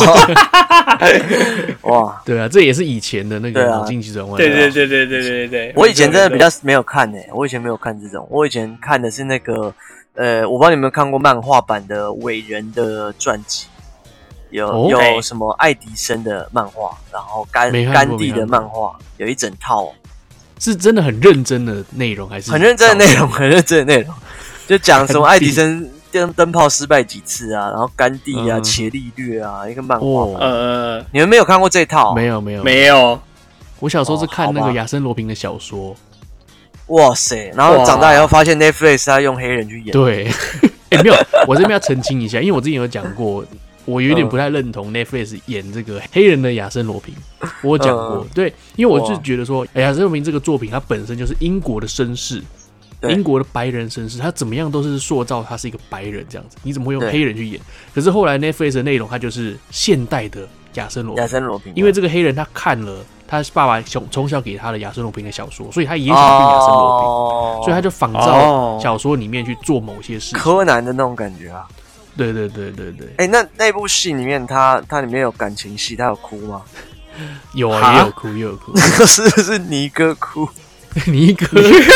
哇， 对啊，这也是以前的那个脑筋急转弯。 对对对对对对对， 我以前真的比较没有看诶、欸，我以前没有看这种，我以前看的是那个呃，我不知道你有没有看过漫画版的伟人的传记，有、哦、有什么爱迪生的漫画，然后甘甘地的漫画，有一整套、哦， 是真的很认真的内容，还是很认真的内容？很认真的内容，就讲什么爱迪生。灯灯泡失败几次啊？然后甘地啊、嗯、伽利略啊，一个漫画。哦、 呃， 你们没有看过这套？ 没有，没有， 没有。 我小时候是看那个亚森罗平的小说。 哇塞！然后长大以后发现 Netflix 他用黑人去演。 对，哎、欸，没有，我这边要澄清一下，因为我之前有讲过，我有点不太认同 Netflix 演这个黑人的亚森罗平。我讲过，嗯、对，因为我就觉得说，亚森罗平这个作品它本身就是英国的绅士。 英国的白人绅士，他怎么样都是塑造他是一个白人这样子，你怎么会用黑人去演？可是后来 Netflix 的内容，它就是现代的亚森罗平， 亚森罗平， 因为这个黑人他看了他爸爸从从小给他的亚森罗平的小说，所以他也想变亚森罗平，哦、所以他就仿照小说里面去做某些事情， 柯南的那种感觉啊。 对对对对对。 哎、欸，那那部戏里面他，他里面有感情戏，他有哭吗？ 有啊，也有哭，也有哭。 是是尼哥哭， 尼哥哭。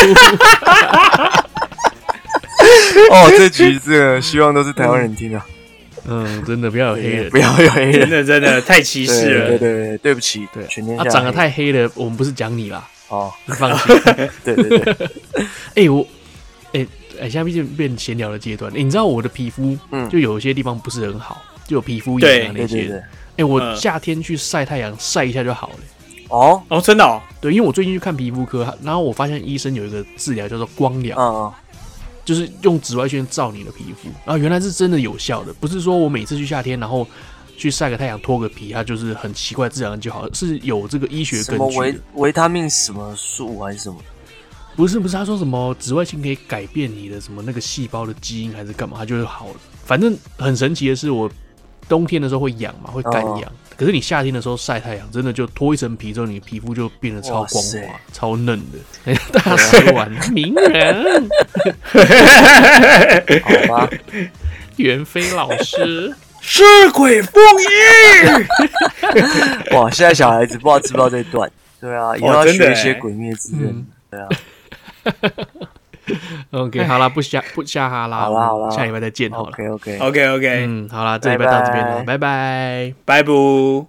哦，这局这个希望都是台湾人听啊。 嗯，真的不要有黑人， 不要有黑人， 真的真的太歧视了。 对对 对, 对，对不起， 对， 全天下。 他、啊、长得太黑了，我们不是讲你啦。 哦， 你放心。 对对对。 哎、欸，我，哎、欸，哎，现在毕竟变闲聊的阶段、欸，你知道我的皮肤，嗯，就有一些地方不是很好，就有皮肤炎啊那些。哎、欸，我夏天去晒太阳晒一下就好了。 哦哦，真的哦。 对，因为我最近去看皮肤科，然后我发现医生有一个治疗叫做光疗。嗯嗯。就是用紫外线照你的皮肤，然后原来是真的有效的，不是说我每次去夏天，然后去晒个太阳脱个皮，它就是很奇怪自然就好，是有这个医学根据的。什么维维他命什么素还是什么？ 不是不是，他说什么紫外线可以改变你的什么那个细胞的基因还是干嘛，它就会好了。反正很神奇的是，我冬天的时候会痒嘛，会干痒。哦可是你夏天的时候晒太阳，真的就脱一层皮之后，你皮肤就变得超光滑、超嫩的。大说完，名人， 好吧， 袁飞老师， 尸鬼风衣。哇，现在小孩子不知道知不知道这一段？对啊，以后要学一些鬼灭之刃。嗯、对啊。 OK， 好啦，不瞎不瞎哈啦， 好啦好啦， 下礼拜再见好了。 OK OK OK OK， 嗯，好啦，这礼拜到这边了，拜拜， 拜拜。